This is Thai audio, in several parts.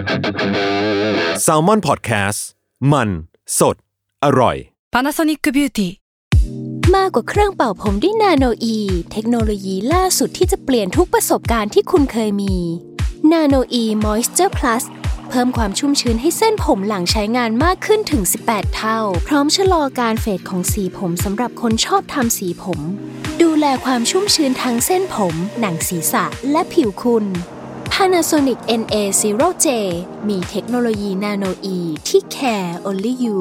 Salmon Podcast มันสดอร่อย Panasonic Beauty มากกว่าเครื่องเป่าผมด้วยนาโนอีเทคโนโลยีล่าสุดที่จะเปลี่ยนทุกประสบการณ์ที่คุณเคยมีนาโนอีมอยส์เจอร์พลัสเพิ่มความชุ่มชื้นให้เส้นผมหลังใช้งานมากขึ้นถึง18เท่าพร้อมชะลอการเฟดของสีผมสำหรับคนชอบทำสีผมดูแลความชุ่มชื้นทั้งเส้นผมหนังศีรษะและผิวคุณ Panasonic NA0J มีเทคโนโลยีนาโนอีที่ care only you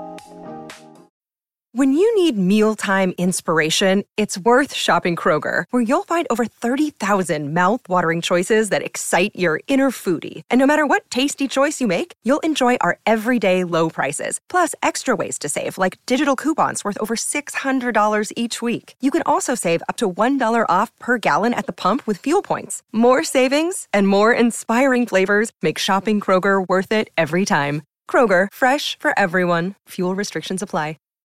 When you need mealtime inspiration, it's worth shopping Kroger, where you'll find over 30,000 mouth-watering choices that excite your inner foodie. And no matter what tasty choice you make, you'll enjoy our everyday low prices, plus extra ways to save, like digital coupons worth over $600 each week. You can also save up to $1 off per gallon at the pump with fuel points. More savings and more inspiring flavors make shopping Kroger worth it every time. Kroger, fresh for everyone. Fuel restrictions apply.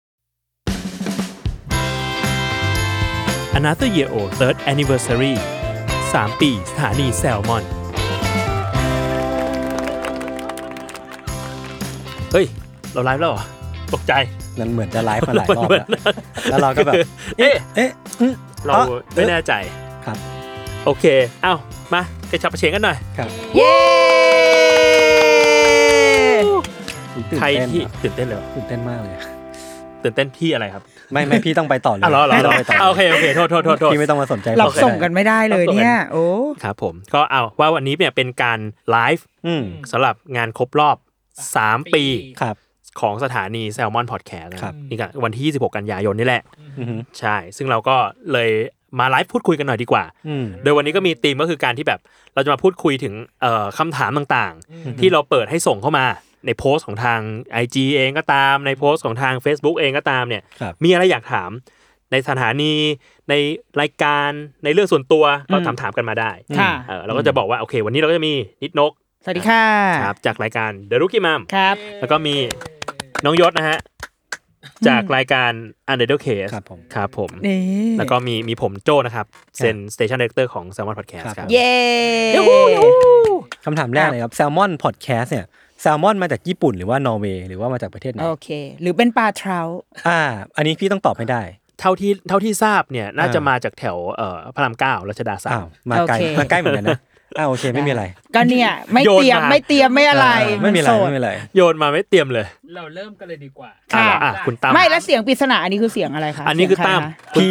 Another Year O Third Anniversary 3 ปีสถานีแซลมอนเฮ้ยเราไลฟ์แล้วเหรอตกใจนั่นเหมือนจะไลฟ์มาหลายรอบแล้วเราก็แบบเอ๊ะเราไม่แน่ใจครับโอเคมากระชับกระเฉงกันหน่อยครับเย้ใครที่ตื่นเต้นเลยตื่นเต้นมากเลยตื่นเต้นที่อะไรครับไม่พี่ต้องไปต่อเลยไม่ต้องไปต่อโอเคโทษพี่ไม่ต้องมาสนใจเราส่งกันไม่ได้เลยเนี่ยโอ้ครับผมก็เอาว่าวันนี้เนี่ยเป็นการไลฟ์สำหรับงานครบรอบ3ปีของสถานี Salmon Podcast นี่ก็วันที่26กันยายนนี่แหละใช่ซึ่งเราก็เลยมาไลฟ์พูดคุยกันหน่อยดีกว่าโดยวันนี้ก็มีธีมก็คือการที่แบบเราจะมาพูดคุยถึงคำถามต่างๆที่เราเปิดให้ส่งเข้ามาในโพสต์ของทาง IG เองก็ตามในโพสต์ของทาง Facebook เองก็ตามเนี่ยมีอะไรอยากถามในสถานีในรายการในเรื่องส่วนตัวก็ถามกันมาได้เราก็จะบอกว่าโอเควันนี้เราก็จะมีนิดนกสวัสดีค่ะครับจากรายการ The Rookie Mom ครับแล้วก็มีน้องยศนะฮะจากรายการ Underdog Case ครับผมแล้วก็มีผมโจ้นะครับเซน Station Director ของ Salmon Podcast ครับเย้คำถามแรกเลยครับ Salmon Podcast เนี่ยแซลมอนมาจากญี่ปุ่นหรือว่านอร์เวย์หรือว่ามาจากประเทศไหนโอเคหรือเป็นปลาเทราอันนี้พี่ต้องตอบไม่ได้เท่าที่ทราบเนี่ยน่าจะมาจากแถวพระราม9รัชดา3 มาใกล้เหมือนกันนะโอเคไม่มีอะไรก็เนี่ยไม่เตรียมไม่อะไรไม่มีอะไรโยนมาไม่เตรียมเลยเราเริ่มกันเลยดีกว่าคุณตั้มไม่แล้วเสียงปริศนาอันนี้คือเสียงอะไรคะอันนี้คือตั้ม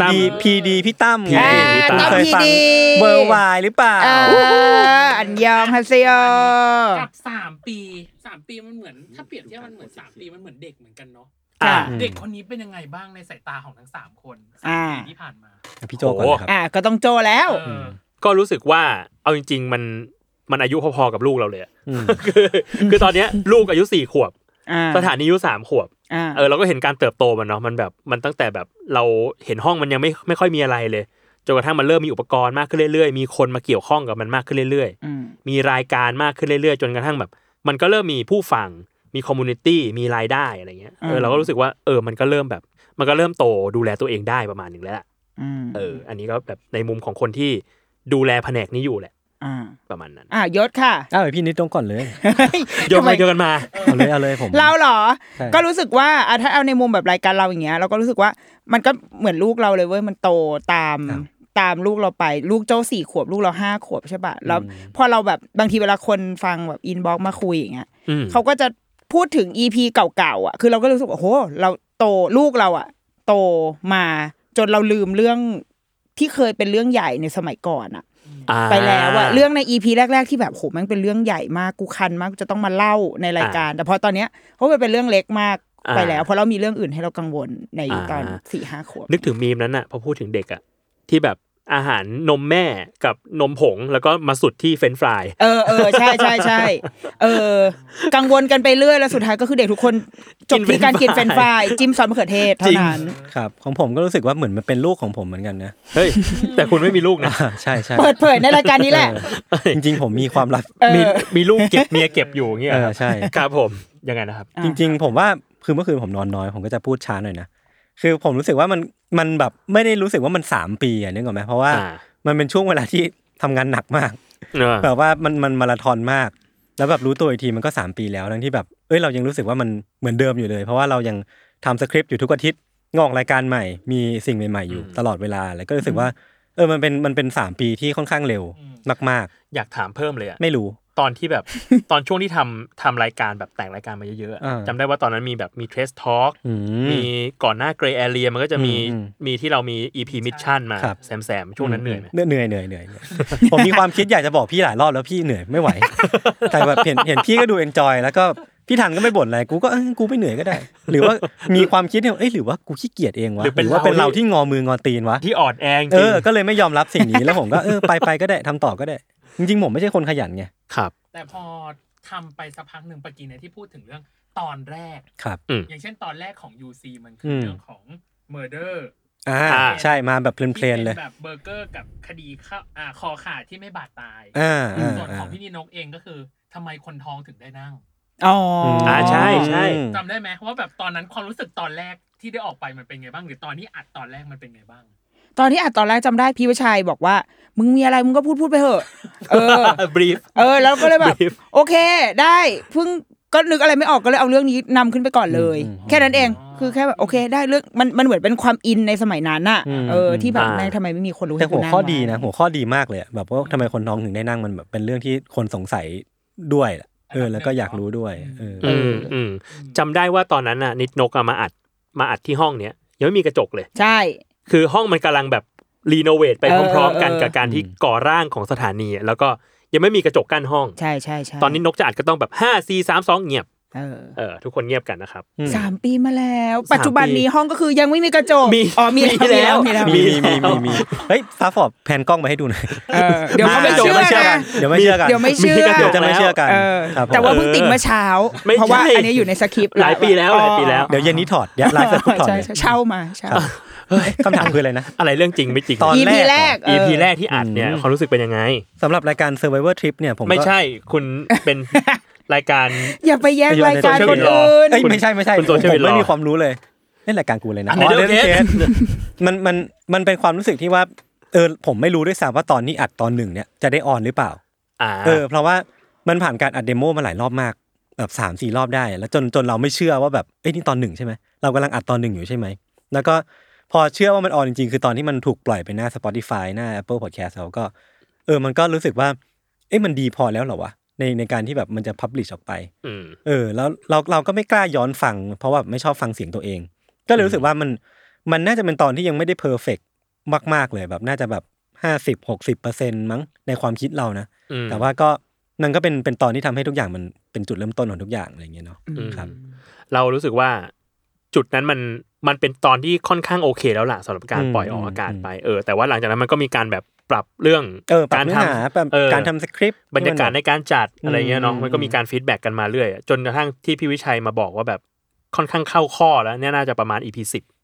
PD พี่ตั้มไงเคยฟังเวอร์ไวหรือเปล่าอันยองฮาเซโยกับ3 ปีมันเหมือนถ้าเปรียบเทียบมันเหมือน3 ปีมันเหมือนเด็กเหมือนกันเนาะเด็กคนนี้เป็นยังไงบ้างในสายตาของทั้ง3คน3 ปีที่ผ่านมาพี่โจก่อนครับก็ต้องโจแล้วก็รู้สึกว่าเอาจริงๆมันอายุพอๆกับลูกเราเลยคือตอนนี้ลูกอายุ4 ขวบสถานีอายุ3 ขวบเราก็เห็นการเติบโตมันเนาะมันแบบมันตั้งแต่แบบเราเห็นห้องมันยังไม่ค่อยมีอะไรเลยจนกระทั่งมันเริ่มมีอุปกรณ์มากขึ้นเรื่อยๆมีคนมาเกี่ยวข้องกับมันมากขึ้นเรื่อยๆมีรายการมากขึ้นเรื่อยๆจนกระทั่งแบบมันก็เริ่มมีผู้ฟังมีคอมมูนิตี้มีรายได้อะไรเงี้ยเราก็รู้สึกว่ามันก็เริ่มโตดูแลตัวเองได้ประมาณนึงแล้วอันนี้ก็แบบในมุมของคนที่ดูแลแผนกนี้อยู่แหละประมาณนั้นยศค่ะพี่นิดต้องก่อนเลยโยนกันมาเอาเลยผมเราเหรอก็รู้สึกว่าถ้าเอาในมุมแบบรายการเราอย่างเงี้ยเราก็รู้สึกว่ามันก็เหมือนลูกเราเลยเว้ยมันโตตามลูกเราไปลูกโจ้4 ขวบลูกเรา5 ขวบใช่ป่ะแล้วพอเราแบบบางทีเวลาคนฟังแบบอินบ็อกซ์มาคุยอย่างเงี้ยเขาก็จะพูดถึง EP เก่าๆคือเราก็รู้สึกว่าโอ้โหเราโตลูกเราโตมาจนเราลืมเรื่องที่เคยเป็นเรื่องใหญ่ในสมัยก่อนไปแล้วเรื่องใน EP แรกๆที่แบบโหแม่งเป็นเรื่องใหญ่มากกูคันมากจะต้องมาเล่าในรายการแต่พอตอนเนี้ยเพราะมันเป็นเรื่องเล็กมากไปแล้วเพราะเรามีเรื่องอื่นให้เรากังวลในตอน 4-5 ขวบนึกถึงมีมนั้นน่ะพอพูดถึงเด็กที่แบบอาหารนมแม่กับนมผงแล้วก็มาสุดที่เฟรนช์ฟรายใช่กังวลกันไปเรื่อยแล้วสุดท้ายก็คือเด็กทุกคนจบที่การกินเฟรนช์ฟรายจิ้มซอสมะเขือเทศเท่านั้นครับของผมก็รู้สึกว่าเหมือนมันเป็นลูกของผมเหมือนกันนะเฮ้ยแต่คุณไม่มีลูกนะใช่เปิดเผยในรายการนี้แหละจริงๆผมมีความลับมีลูกเก็บเมียเก็บอยู่อย่างเงี้ยใช่ครับผมยังไงนะครับจริงๆผมว่าคือเมื่อคืนผมนอนน้อยผมก็จะพูดช้าหน่อยนะคือผมรู้สึกว่ามันแบบไม่ได้รู้สึกว่ามัน3 ปีนึกออกไหมเพราะว่ามันเป็นช่วงเวลาที่ทำงานหนักมากแบบว่ามันมาราธอนมากแล้วแบบรู้ตัวอีกทีมันก็3ปีแล้วทั้งที่แบบเรายังรู้สึกว่ามันเหมือนเดิมอยู่เลยเพราะว่าเรายังทำสคริปต์อยู่ทุกอาทิตย์งอกรายการใหม่มีสิ่งใหม่ๆอยู่ตลอดเวลาแล้วก็รู้สึกว่ามันเป็น3ปีที่ค่อนข้างเร็วมากๆอยากถามเพิ่มเลยอ่ะไม่รู้ตอนที่แบบ ตอนช่วงที่ทำรายการแบบแต่งรายการมาเยอะๆจำได้ว่าตอนนั้นมีแบบมี Trace Talk มีก่อนหน้า Gray Area มันก็จะมีที่เรามี EP Mission มาแซมช่วงนั้นเหนื่อยมั้ยเหนื่อยผมมีความคิดอยากจะบอกพี่หลายรอบแล้วพี่เหนื่อยไม่ไหวแต่แบบเห็นพี่ก็ดู enjoy แล้วก็พี่ทันก็ไม่บ่นอะไรกูก็กูไม่เหนื่อยก็ได้หรือว่ามีความคิดหรือว่ากูขี้เกียจเองวะหรือว่าเป็นเราที่งอมืองอตีนวะที่อ่อนแอจริงก็เลยไม่ยอมรับสิ่งนี้แล้วผมก็ไปก็ได้ทำต่อก็ได้จริงๆผมไม่ใช่คนขยันไงครับแต่พอทำไปสักพักหนึ่งปกี้เนี่ยที่พูดถึงเรื่องตอนแรกครับอย่างเช่นตอนแรกของ UC มันคือเรื่องของ Murder ใช่มาแบบเพลนๆเลยแบบเบอร์เกอร์กับคดีคอขาดที่ไม่บาดตายส่วนของพี่นินกเองก็คือทำไมคนท้องถึงได้นั่งใช่จำได้ไหมว่าแบบตอนนั้นความรู้สึกตอนแรกที่ได้ออกไปมันเป็นไงบ้างหรือตอนที่อัดตอนแรกมันเป็นไงบ้างตอนที่อัดตอนแรกจำได้พี่วิชัยบอกว่ามึงมีอะไรมึงก็พูดไปเถอะบรีฟแล้วก็เลยแบบโอเคได้เพิ่งก็นึกอะไรไม่ออกก็เลยเอาเรื่องนี้นำขึ้นไปก่อนเลยแค่นั้นเองคือแค่แบบโอเคได้เรื่องมันเหมือนเป็นความอินในสมัยนั้นน่ะที่แบบแม่งทำไมไม่มีคนรู้แต่หัวข้อดีนะหัวข้อดีมากเลยแบบว่าทำไมคนท้องถึงได้นั่งมันแบบเป็นเรื่องที่คนสงสัยด้วยแล้วก็อยากรู้ด้วยจำได้ว่าตอนนั้นน่ะนิดนกมาอัดที่ห้องเนี้ยยังไม่มีกระจกเลยใช่คือห้องมันกำลังแบบรีโนเวทไปพร้อมๆกันกับการที่ก่อร่างของสถานีแล้วก็ยังไม่มีกระจกกั้นห้องใช่ๆๆตอนนี้นกจะอัดก็ต้องแบบ5 4 3 2เงียบทุกคนเงียบกันนะครับ 3ปีมาแล้วปัจจุบันนี้ห้องก็คือยังไม่มีกระจกมีแล้วเฮ้ยฟ้าฟอบแพนกล้องมาให้ดูหน่อยเดี๋ยวเขาไม่เชื่อกันเดี๋ยวไม่เชื่อกันเดี๋ยวจะไม่เชื่อกันแต่ว่าเพิ่งติดเมื่อเช้าเพราะว่าอันนี้อยู่ในสคริปต์หลายปีแล้วเดี๋ยวเย็นนี้ถอดเดี๋ยวไลฟ์เสร็จปุ๊บถอดเช่ามาคำถามคืออะไรนะอะไรเรื่องจริงไม่จริงตอนแรก EP แรกที่อัดเนี่ยความรู้สึกเป็นยังไงสำหรับรายการ Survivor Trip เนี่ยผมไม่ใช่คุณเป็นรายการอย่าไปแย่งรายการคนอื่นไม่ใช่ผมไม่มีความรู้เลยเล่นรายการกูเลยนะเรื่องเคสมันเป็นความรู้สึกที่ว่าผมไม่รู้ด้วยซ้ำว่าตอนนี้อัดตอน1เนี่ยจะได้ออนหรือเปล่าเพราะว่ามันผ่านการอัดเดโมมาหลายรอบมากแบบ 3-4 รอบได้แล้วจนเราไม่เชื่อว่าแบบนี่ตอน1ใช่มั้ยเรากำลังอัดตอน1อยู่ใช่มั้ยแล้วก็พอเชื่อว่ามันออนจริงๆคือตอนที่มันถูกปล่อยไปหน้า Spotify หน้า Apple Podcast แล้วก็มันก็รู้สึกว่ามันดีพอแล้วเหรอวะในการที่แบบมันจะ publish ออกไปแล้วเราก็ไม่กล้าย้อนฟังเพราะว่าไม่ชอบฟังเสียงตัวเองก็เลยรู้สึกว่ามันน่าจะเป็นตอนที่ยังไม่ได้ perfect มากๆเลยแบบน่าจะแบบ 50-60% มั้งในความคิดเรานะแต่ว่าก็มันก็เป็นตอนที่ทำให้ทุกอย่างมันเป็นจุดเริ่มต้นของทุกอย่างอะไรอย่างเงี้ยเนาะครับเรารู้สึกว่าจุดนั้นมันเป็นตอนที่ค่อนข้างโอเคแล้วล่ะสำหรับการปล่อยออกอากาศไปแต่ว่าหลังจากนั้นมันก็มีการแบบปรับเรื่องการทำสคริปต์บรรยากาศในการจัดอะไรเงี้ยเนาะมันก็มีการฟีดแบ็กกันมาเรื่อยจนกระทั่งที่พี่วิชัยมาบอกว่าแบบค่อนข้างเข้าข้อแล้วเนี่ยน่าจะประมาณ EP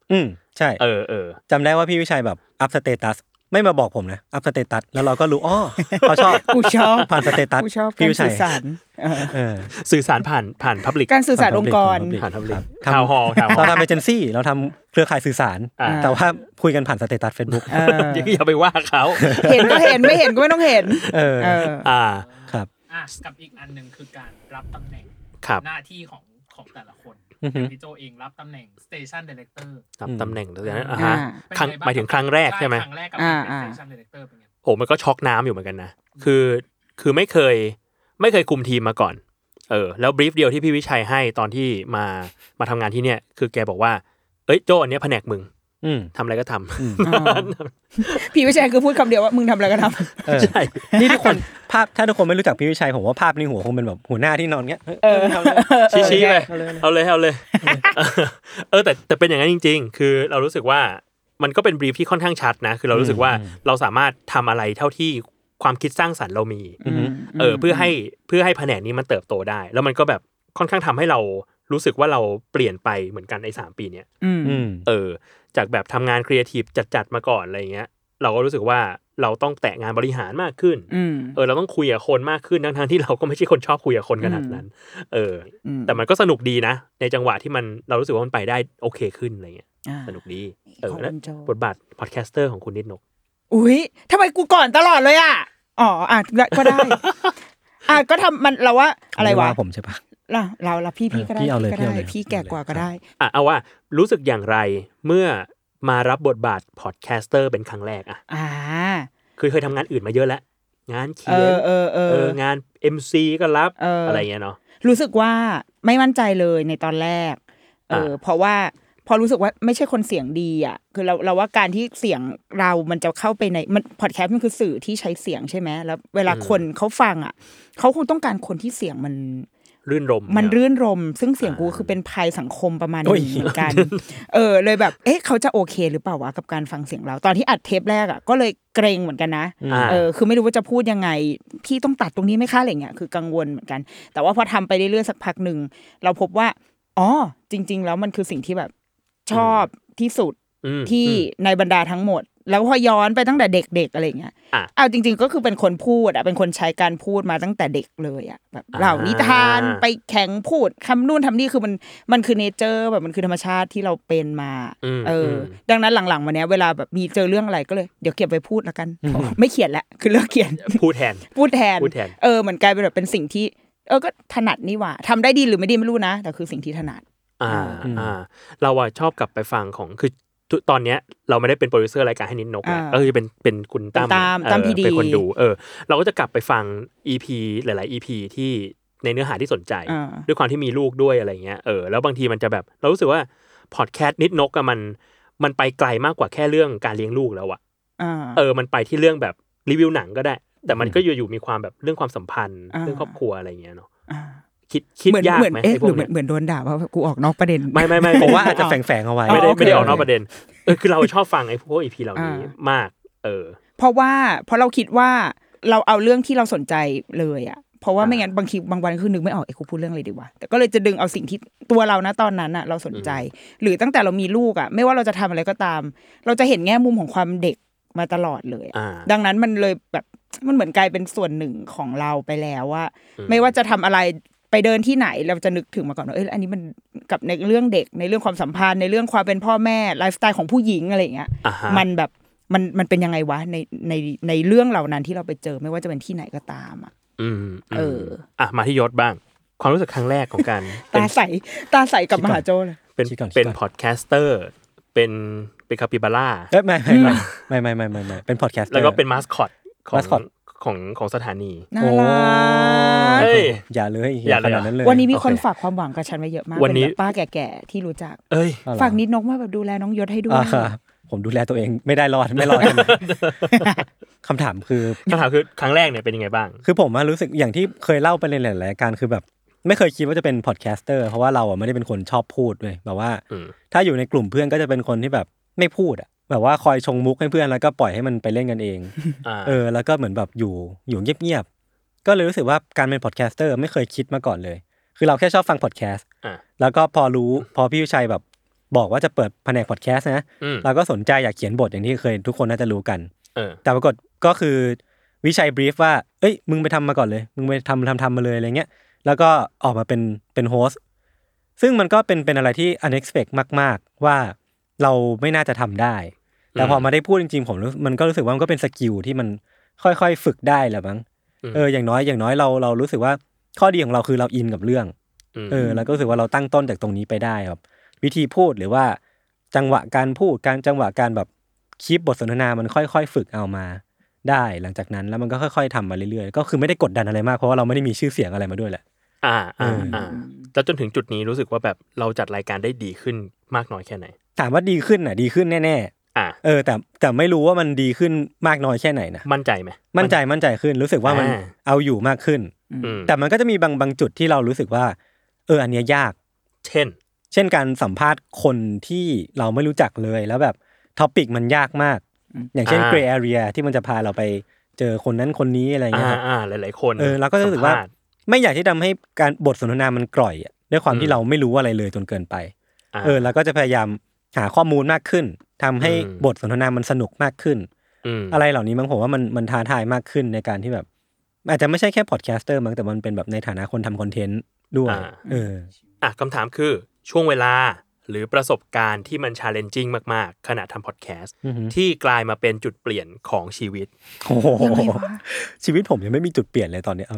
10 ใช่จำได้ว่าพี่วิชัยแบบอัพสเตตัสไม่มาบอกผมนะอัพสเตตัสแล้วเราก็รู้เขาชอบกูชอบผ่านสเตตัสพี่วิชัยสื่อสารผ่าน public การสื่อสารองค์กรผ่าน public ทาวน์ฮอลล์เราทำเอเจนซี่เราทำเครือข่ายสื่อสารแต่ว่าคุยกันผ่านสเตตัส Facebook อย่าไปว่าเขาเห็นก็เห็นไม่เห็นก็ไม่ต้องเห็นครับกับอีกอันนึงคือการรับตำแหน่งหน้าที่ของแต่ละคนพี่โจเองรับตำแหน่ง Station Director รับตำแหน่งตรงนั้นหมายถึงครั้งแรกใช่ไหมครั้งแรกกับ Station Director เป็นไงโหมันก็ช็อกน้ำอยู่เหมือนกันนะคือไม่เคยคุมทีมมาก่อนแล้วบรีฟเดียวที่พี่วิชัยให้ตอนที่มาทำงานที่เนี่ยคือแกบอกว่าโจอันเนี้ยแผนกมึงทำอะไรก็ทำพี่วิชัยคือพูดคำเดียวว่ามึงทำอะไรก็ทำใช่นี่ทุกคนภาพถ้าทุกคนไม่รู้จักพี่วิชัยผมว่าภาพในหัวคงเป็นแบบหัวหน้าที่นอนเงี้ยชี้ไปเอาเลยแต่เป็นอย่างนั้นจริงๆคือเรารู้สึกว่ามันก็เป็นบรีฟที่ค่อนข้างชัดนะคือเรารู้สึกว่าเราสามารถทำอะไรเท่าที่ความคิดสร้างสรรค์เรามีเพื่อให้แผนกนี้มันเติบโตได้แล้วมันก็แบบค่อนข้างทำให้เรารู้สึกว่าเราเปลี่ยนไปเหมือนกันใน3ปีเนี้ยจากแบบทำงานครีเอทีฟจัดมาก่อนอะไรเงี้ยเราก็รู้สึกว่าเราต้องแตะงานบริหารมากขึ้นเราต้องคุยกับคนมากขึ้นทั้งที่เราก็ไม่ใช่คนชอบคุยกับคนขนาดนั้นแต่มันก็สนุกดีนะในจังหวะที่เรารู้สึกว่ามันไปได้โอเคขึ้นอะไรเงี้ยสนุกดีแล้วบทบาทพอดแคสเตอร์ของคุณนิดนกอุ๊ยทำไมกูก่อนตลอดเลยอ่ะก็ได้ก็ทำมันเราว่าอะไรวะผมใช่ปะเราพี่ก็ได้พี่แก่กว่าก็ได้เอาว่ารู้สึกอย่างไรเมื่อมารับบทบาทพอดแคสเตอร์เป็นครั้งแรกคือเคยทำงานอื่นมาเยอะแล้วงานเขียนงาน MC ก็รับอะไรเงี้ยเนาะรู้สึกว่าไม่มั่นใจเลยในตอนแรกเพราะว่าพอรู้สึกว่าไม่ใช่คนเสียงดีอ่ะคือเราว่าการที่เสียงเรามันจะเข้าไปในมันพอดแคสต์มันคือสื่อที่ใช้เสียงใช่ไหมแล้วเวลาคนเขาฟังอ่ะเขาคงต้องการคนที่เสียงมันรื่นรมซึ่งเสียงกูคือเป็นภัยสังคมประมาณนึงเหมือนกันเลยแบบเขาจะโอเคหรือเปล่าวะกับการฟังเสียงเราตอนที่อัดเทปแรกอ่ะก็เลยเกรงเหมือนกันนะคือไม่รู้ว่าจะพูดยังไงพี่ต้องตัดตรงนี้ไหมคะอะไรเงี้ยคือกังวลเหมือนกันแต่ว่าพอทำไปเรื่อยๆสักพักนึงเราพบว่าจริงๆแล้วมันคือสิ่งที่แบบชอบที่สุดที่ในบรรดาทั้งหมดแล้วพอย้อนไปตั้งแต่เด็กๆอะไรเงี้ยเอาจริงๆก็คือเป็นคนพูดเป็นคนใช้การพูดมาตั้งแต่เด็กเลยแบบเล่านิทานไปแข่งพูดคำนู่นทำนี่คือมันคือเนเจอร์แบบมันคือธรรมชาติที่เราเป็นมาดังนั้นหลังๆมาเนี้ยเวลาแบบมีเจอเรื่องอะไรก็เลยเดี๋ยวเก็บไว้พูดแล้วกันไม่เขียนละคือเลิกเขียนพูดแทนเหมือนกลายเป็นแบบเป็นสิ่งที่ก็ถนัดนี่หว่าทำได้ดีหรือไม่ดีไม่รู้นะแต่คือสิ่งที่ถนัดเราชอบกลับไปฟังของคือตอนเนี้ยเราไม่ได้เป็นโปรดิวเซอร์รายการให้นิดนกก็คือเป็นคุณตั้มเป็นคนดูเราก็จะกลับไปฟัง EP หลายๆ EP ที่ในเนื้อหาที่สนใจด้วยความที่มีลูกด้วยอะไรเงี้ยแล้วบางทีมันจะแบบเรารู้สึกว่าพอดแคสต์นิดนกอะมันไปไกลมากกว่าแค่เรื่องการเลี้ยงลูกแล้วอะมันไปที่เรื่องแบบรีวิวหนังก็ได้แต่มันก็อยู่มีความแบบเรื่องความสัมพันธ์เรื่องครอบครัวอะไรเงี้ยเนาะคิดยากไหมหรือเหมือนโดนด่าว่ากูออกนอกประเด็นไม่ผมว่าอาจจะแฝงเอาไว้ไม่ได้ออกนอกประเด็นคือเราชอบฟังไอ้พวก EP เหล่านี้มากเพราะเราคิดว่าเราเอาเรื่องที่เราสนใจเลยอ่ะเพราะว่าไม่งั้นบางทีบางวันคือนึกไม่ออกกูพูดเรื่องอะไรดีวะแต่ก็เลยจะดึงเอาสิ่งที่ตัวเรานะตอนนั้นอ่ะเราสนใจหรือตั้งแต่เรามีลูกอ่ะไม่ว่าเราจะทำอะไรก็ตามเราจะเห็นแง่มุมของความเด็กมาตลอดเลยดังนั้นมันเลยแบบมันเหมือนกลายเป็นส่วนหนึ่งของเราไปแล้วว่าไม่ว่าจะทำอะไรไปเดินที่ไหนเราจะนึกถึงมาก่อนว่าอันนี้มันกับในเรื่องเด็กในเรื่องความสัมพันธ์ในเรื่องความเป็นพ่อแม่ไลฟ์สไตล์ของผู้หญิงอะไรอย่างเงี้ยมันแบบมันเป็นยังไงวะในเรื่องเหล่านั้นที่เราไปเจอไม่ว่าจะเป็นที่ไหนก็ตามมาที่ยศบ้างความรู้สึกครั้งแรกของการตาใสกับมหาโจเลยเป็นพอดแคสเตอร์เป็นคาปิบาร่าไม่เป็นพอดแคสเตอร์แล้วก็เป็นมาสคอตของสถานีน่ารักอย่าเลยขนาดนั้นเลยวันนี้มีคนฝากความหวังกับฉันไว้เยอะมากเป็นแบบป้าแก่ๆที่รู้จักฝากนิดนกว่าแบบดูแลน้องยศให้ด้วยผมดูแลตัวเองไม่ได้รอดคำถามคือครั้งแรกเนี่ยเป็นยังไงบ้างคือผมรู้สึกอย่างที่เคยเล่าไปในหลายรายการคือแบบไม่เคยคิดว่าจะเป็นพอดแคสเตอร์เพราะว่าเราไม่ได้เป็นคนชอบพูดด้วยแบบว่าถ้าอยู่ในกลุ่มเพื่อนก็จะเป็นคนที่แบบไม่พูดแบบว่าคอยชงมุกให้เพื่อนแล้วก็ปล่อยให้มันไปเล่นกันเองแล้วก็เหมือนแบบอยู่เงียบๆก็เลยรู้สึกว่าการเป็นพอดแคสเตอร์ไม่เคยคิดมาก่อนเลยคือเราแค่ชอบฟังพอดแคสต์แล้วก็พอพี่วิชัยแบบบอกว่าจะเปิดแผนกพอดแคสต์นะเราก็สนใจอยากเขียนบทอย่างที่เคยทุกคนน่าจะรู้กันแต่ปรากฏก็คือวิชัยบรีฟว่าเอ้ยมึงไปทำมาก่อนเลยมึงไปทำมาเลยอะไรเงี้ยแล้วก็ออกมาเป็นโฮสต์ซึ่งมันก็เป็นอะไรที่ unexpected มากๆว่าเราไม่น่าจะทำได้แต่พอมาได้พูดจริงๆผมมันก็รู้สึกว่ามันก็เป็นสกิลที่มันค่อยๆฝึกได้แหละมั้งอย่างน้อยเรารู้สึกว่าข้อดีของเราคือเราอินกับเรื่องแล้วก็รู้สึกว่าเราตั้งต้นจากตรงนี้ไปได้ครับวิธีพูดหรือว่าจังหวะการพูดจังหวะการแบบคีปบทสนทนามันค่อยๆฝึกเอามาได้หลังจากนั้นแล้วมันก็ค่อยๆทำมาเรื่อยๆก็คือไม่ได้กดดันอะไรมากเพราะว่าเราไม่ได้มีชื่อเสียงอะไรมาด้วยแหละแล้วจนถึงจุดนี้รู้สึกว่าแบบเราจัดรายการได้ดีขึ้นมากน้อยแค่ไหนถามว่าดีขึ้นดีขึ้นแน่แต่ไม่รู้ว่ามันดีขึ้นมากน้อยแค่ไหนนะมั่นใจไหมมั่นใจขึ้นรู้สึกว่ามันเอาอยู่มากขึ้นแต่มันก็จะมีบางจุดที่เรารู้สึกว่าอันนี้ยากเช่นการสัมภาษณ์คนที่เราไม่รู้จักเลยแล้วแบบท็อปิกมันยากมากอย่างเช่น gray area ที่มันจะพาเราไปเจอคนนั้นคนนี้อะไรเงี้ยหลายๆคนเราก็รู้สึกว่าไม่อยากที่ทำให้การบทสนทนามันกร่อยด้วยความที่เราไม่รู้อะไรเลยจนเกินไปแล้วก็จะพยายามหาข้อมูลมากขึ้นทำให้บทสนทนามันสนุกมากขึ้นอะไรเหล่านี้มั้งผมว่ามันท้าทายมากขึ้นในการที่แบบอาจจะไม่ใช่แค่พอดแคสเตอร์มั้งแต่มันเป็นแบบในฐานะคนทำคอนเทนต์ด้วยคำถามคือช่วงเวลาหรือประสบการณ์ที่มัน challenging มากๆขณะทำพอดแคสต์ที่กลายมาเป็นจุดเปลี่ยนของชีวิตชีวิตผมยังไม่มีจุดเปลี่ยนเลยตอนนี้เอาจริง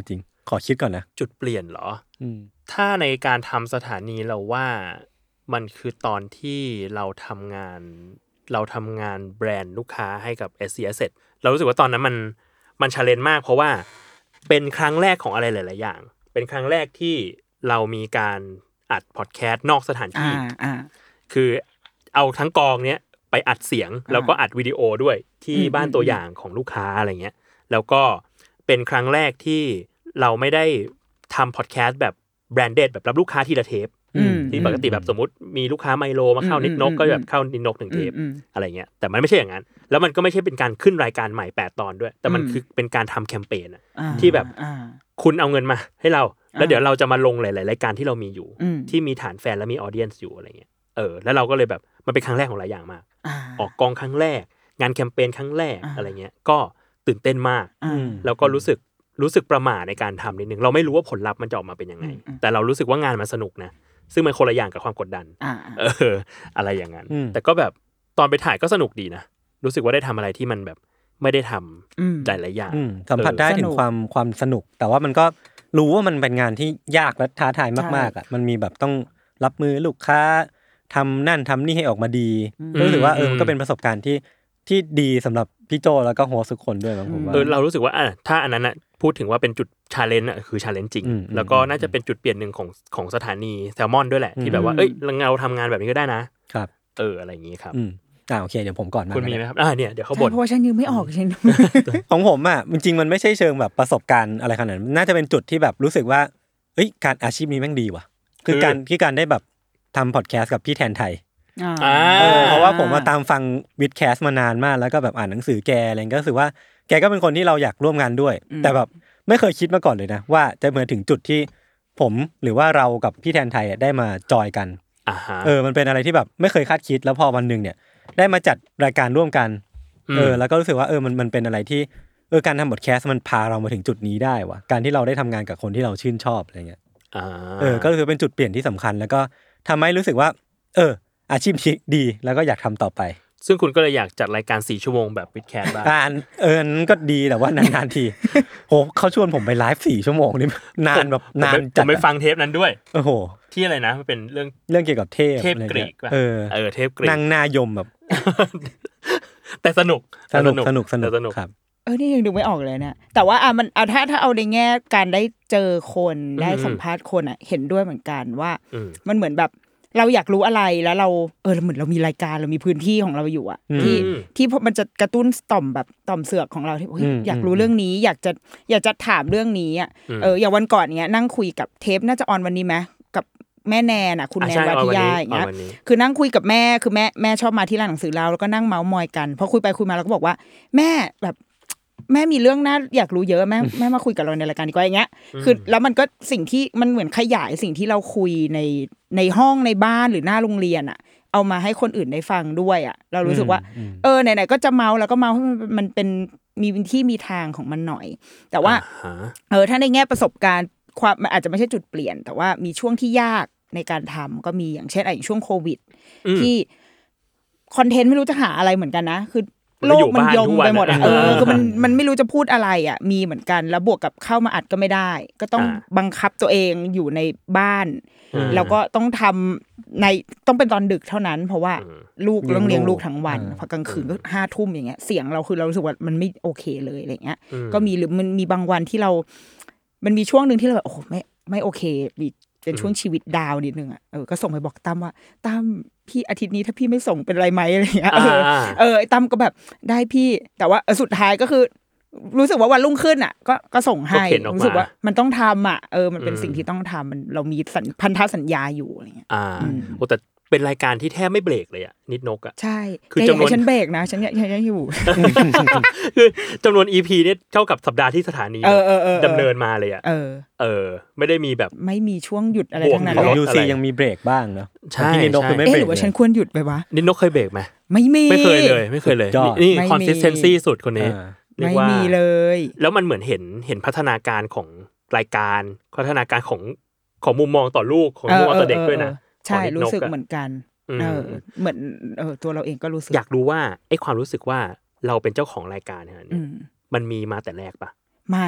ขอคิดก่อนนะจุดเปลี่ยนเหรอถ้าในการทำสถานีเราว่ามันคือตอนที่เราทำงานแบรนด์ลูกค้าให้กับ SC Asset เรารู้สึกว่าตอนนั้นมัน challenge มากเพราะว่าเป็นครั้งแรกของอะไรหลายๆอย่างเป็นครั้งแรกที่เรามีการอัดพอดแคสต์นอกสถานที่คือเอาทั้งกองเนี้ยไปอัดเสียงแล้วก็อัดวิดีโอด้วยที่บ้านตัวอย่างของลูกค้าอะไรเงี้ยแล้วก็เป็นครั้งแรกที่เราไม่ได้ทำพอดแคสต์แบบแบรนด์เดดแบบรับลูกค้าทีละเทปที่ปกติแบบสมมติมีลูกค้าไมโลมาเข้านิดนกก็แบบเข้านิดนก1เทปอะไรเงี้ยแต่มันไม่ใช่อย่างนั้นแล้วมันก็ไม่ใช่เป็นการขึ้นรายการใหม่8ตอนด้วยแต่มันคือเป็นการทำแคมเปญที่แบบคุณเอาเงินมาให้เราแล้วเดี๋ยวเราจะมาลงหลายๆรายการที่เรามีอยู่ที่มีฐานแฟนและมีออเดียนซ์อยู่อะไรเงี้ยแล้วเราก็เลยแบบมันเป็นครั้งแรกของหลายอย่างมากออกกองครั้งแรกงานแคมเปญครั้งแรกอะไรเงี้ยก็ตื่นเต้นมากแล้วก็รู้สึกประหม่าในการทำนิดนึงเราไม่รู้ว่าผลลัพธ์มันจะออกมาเป็นยังไงแต่เรารู้สึกว่างานมันสนุกนะซึ่งมันคนละอย่างกับความกดดันอะไรอย่างนั้นแต่ก็แบบตอนไปถ่ายก็สนุกดีนะรู้สึกว่าได้ทำอะไรที่มันแบบไม่ได้ทำหลายๆอย่างสัมผัสได้ถึงความสนุกแต่ว่ามันก็รู้ว่ามันเป็นงานที่ยากและท้าทายมากๆอ่ะมันมีแบบต้องรับมือลูกค้าทำนั่นทำนี่ให้ออกมาดีรู้สึกว่ามันก็เป็นประสบการณ์ที่ดีสำหรับพี่โจแล้วก็โฮสทุกคนด้วยมั้งผมว่าเรารู้สึกว่าถ้าอันนั้นน่ะพูดถึงว่าเป็นจุด challenge อ่ะคือ challenge จริงแล้วก็น่าจะเป็นจุดเปลี่ยนนึงของสถานีแซลมอนด้วยแหละที่แบบว่าเราทำงานแบบนี้ก็ได้นะครับอะไรอย่างงี้ครับโอเคเดี๋ยวผมก่อนคุณมีมั้ยครับเนี่ยเดี๋ยวเขาบ่นเพราะฉันยังไม่ออกฉันของผมอ่ะจริงๆมันไม่ใช่เชิงแบบประสบการณ์อะไรขนาดนั้นน่าจะเป็นจุดที่แบบรู้สึกว่าการอาชีพนี้แม่งดีว่ะคือการได้แบบทำพอดแคสต์กับพี่แทนไทยเพราะว่าผมมาตามฟังวิดแคสต์มานานมากแล้วก็แบบอ่านหนังสือแกอะไรก็รู้สึกว่าแกก็เป็นคนที่เราอยากร่วมงานด้วยแต่แบบไม่เคยคิดมาก่อนเลยนะว่าจะมาถึงจุดที่ผมหรือว่าเรากับพี่แทนไทยได้มาจอยกันมันเป็นอะไรที่แบบไม่เคยคาดคิดแล้วพอวันนึงเนี่ยได้มาจัดรายการร่วมกันแล้วก็รู้สึกว่ามันเป็นอะไรที่การทำพอดแคสต์มันพาเรามาถึงจุดนี้ได้ว่ะการที่เราได้ทำงานกับคนที่เราชื่นชอบอะไรเงี้ยก็คือเป็นจุดเปลี่ยนที่สำคัญแล้วก็ทำให้รู้สึกว่าอาชีพที่ดีแล้วก็อยากทำต่อไปซึ่งคุณก็เลยอยากจัดรายการ4ชั่วโมงแบบวิดแคสบ้างนั้นก็ดีแต่ว่านานๆทีโหเขาชวนผมไปไลฟ์4ชั่วโมงนี่นานแบบนานจัดผมไปฟังเทปนั้นด้วยโอ้โหที่อะไรนะมันเป็นเรื่องเกี่ยวกับเทพกรีกป่ะเทพกรีกนั่งหน้ายมแบบแต่สนุกครับนี่ยังดูไม่ออกเลยเนี่ยแต่ว่ามันถ้าเอาในแง่การได้เจอคนได้สัมภาษณ์คนเห็นด้วยเหมือนกันว่ามันเหมือนแบบเราอยากรู้อะไรแล้วเราเหมือนเรามีรายการเรามีพื้นที่ของเราอยู่ที่มันจะกระตุ้นต่อมเสือกของเราที่อยากรู้เรื่องนี้อยากจะถามเรื่องนี้อย่างวันก่อนเนี้ยนั่งคุยกับเทปน่าจะออนวันนี้ไหมกับแม่แนนคุณแนนวัทยาอย่างเงี้ยคือนั่งคุยกับแม่คือแม่ชอบมาที่ร้านหนังสือเราแล้วก็นั่งเมาส์มอยกันพอคุยไปคุยมาเราก็บอกว่าแม่แบบแม่มีเรื่องน่าอยากรู้เยอะแม่มาคุยกับเราในรายการดีกว่าอย่างเงี้ยคือแล้วมันก็สิ่งที่มันเหมือนขยายสิ่งที่เราคุยในห้องในบ้านหรือหน้าโรงเรียนเอามาให้คนอื่นได้ฟังด้วยเรารู้สึกว่าไหนๆก็จะเมาแล้วก็เมาให้มันเป็นมีที่มีทางของมันหน่อยแต่ว่าถ้าในแง่ประสบการณ์ความมันอาจจะไม่ใช่จุดเปลี่ยนแต่ว่ามีช่วงที่ยากในการทำก็มีอย่างเช่นอย่างช่วงโควิดที่คอนเทนต์ไม่รู้จะหาอะไรเหมือนกันนะคือโลกมันยมไปหมดคือมันไม่รู้จะพูดอะไรมีเหมือนกันแล้วบวกกับเข้ามาอัดก็ไม่ได้ก็ต้องบังคับตัวเองอยู่ในบ้านแล้วก็ต้องทำต้องเป็นตอนดึกเท่านั้นเพราะว่าลูกต้องเลี้ยงลูกทั้งวันพอกลางคืนก็5 ทุ่มอย่างเงี้ยเสียงเราคือเรารู้สึกว่ามันไม่โอเคเลยอะไรเงี้ยก็มีหรือมันมีบางวันที่มันมีช่วงนึงที่เราแบบโอ้ไม่โอเคเป็นช่วงชีวิตดาวนิดนึงก็ส่งไปบอกตั้มว่าตั้มพี่อาทิตย์นี้ถ้าพี่ไม่ส่งเป็นไรไหมอะไรเงี้ยไอ้ตั้มก็แบบได้พี่แต่ว่าสุดท้ายก็คือรู้สึกว่าวันรุ่งขึ้นก็ส่งให้รู้สึกว่ามันต้องทำมันเป็นสิ่งที่ต้องทำเรามีพันธสัญญาอยู่อะไรเงี้ยแต่เป็นรายการที่แทบไม่เบรกเลยนิดนกใช่คือจำนวนฉันเบรกนะฉันยังอยู่คือจำนวน EP เนี่ยเท่ากับสัปดาห์ที่สถานีดำเนินมาเลยไม่ได้มีแบบไม่มีช่วงหยุดอะไรทั้งนั้นของ UC ยังมีเบรกบ้างเนาะที่นิดนกคือไม่เบรกหรือว่าฉันควรหยุดไปวะนิดนกเคยเบรกไหมไม่เคยเลยนี่ consistency สุดคนนี้ไม่มีเลยแล้วมันเหมือนเห็นพัฒนาการของรายการพัฒนาการของมุมมองต่อลูกของมุมมองต่อเด็กด้วยนะใช่รู้สึกเหมือนกันเหมือนตัวเราเองก็รู้สึกอยากรู้ว่าไอ้ความรู้สึกว่าเราเป็นเจ้าของรายการเนี่ยมันมีมาแต่แรกปะไม่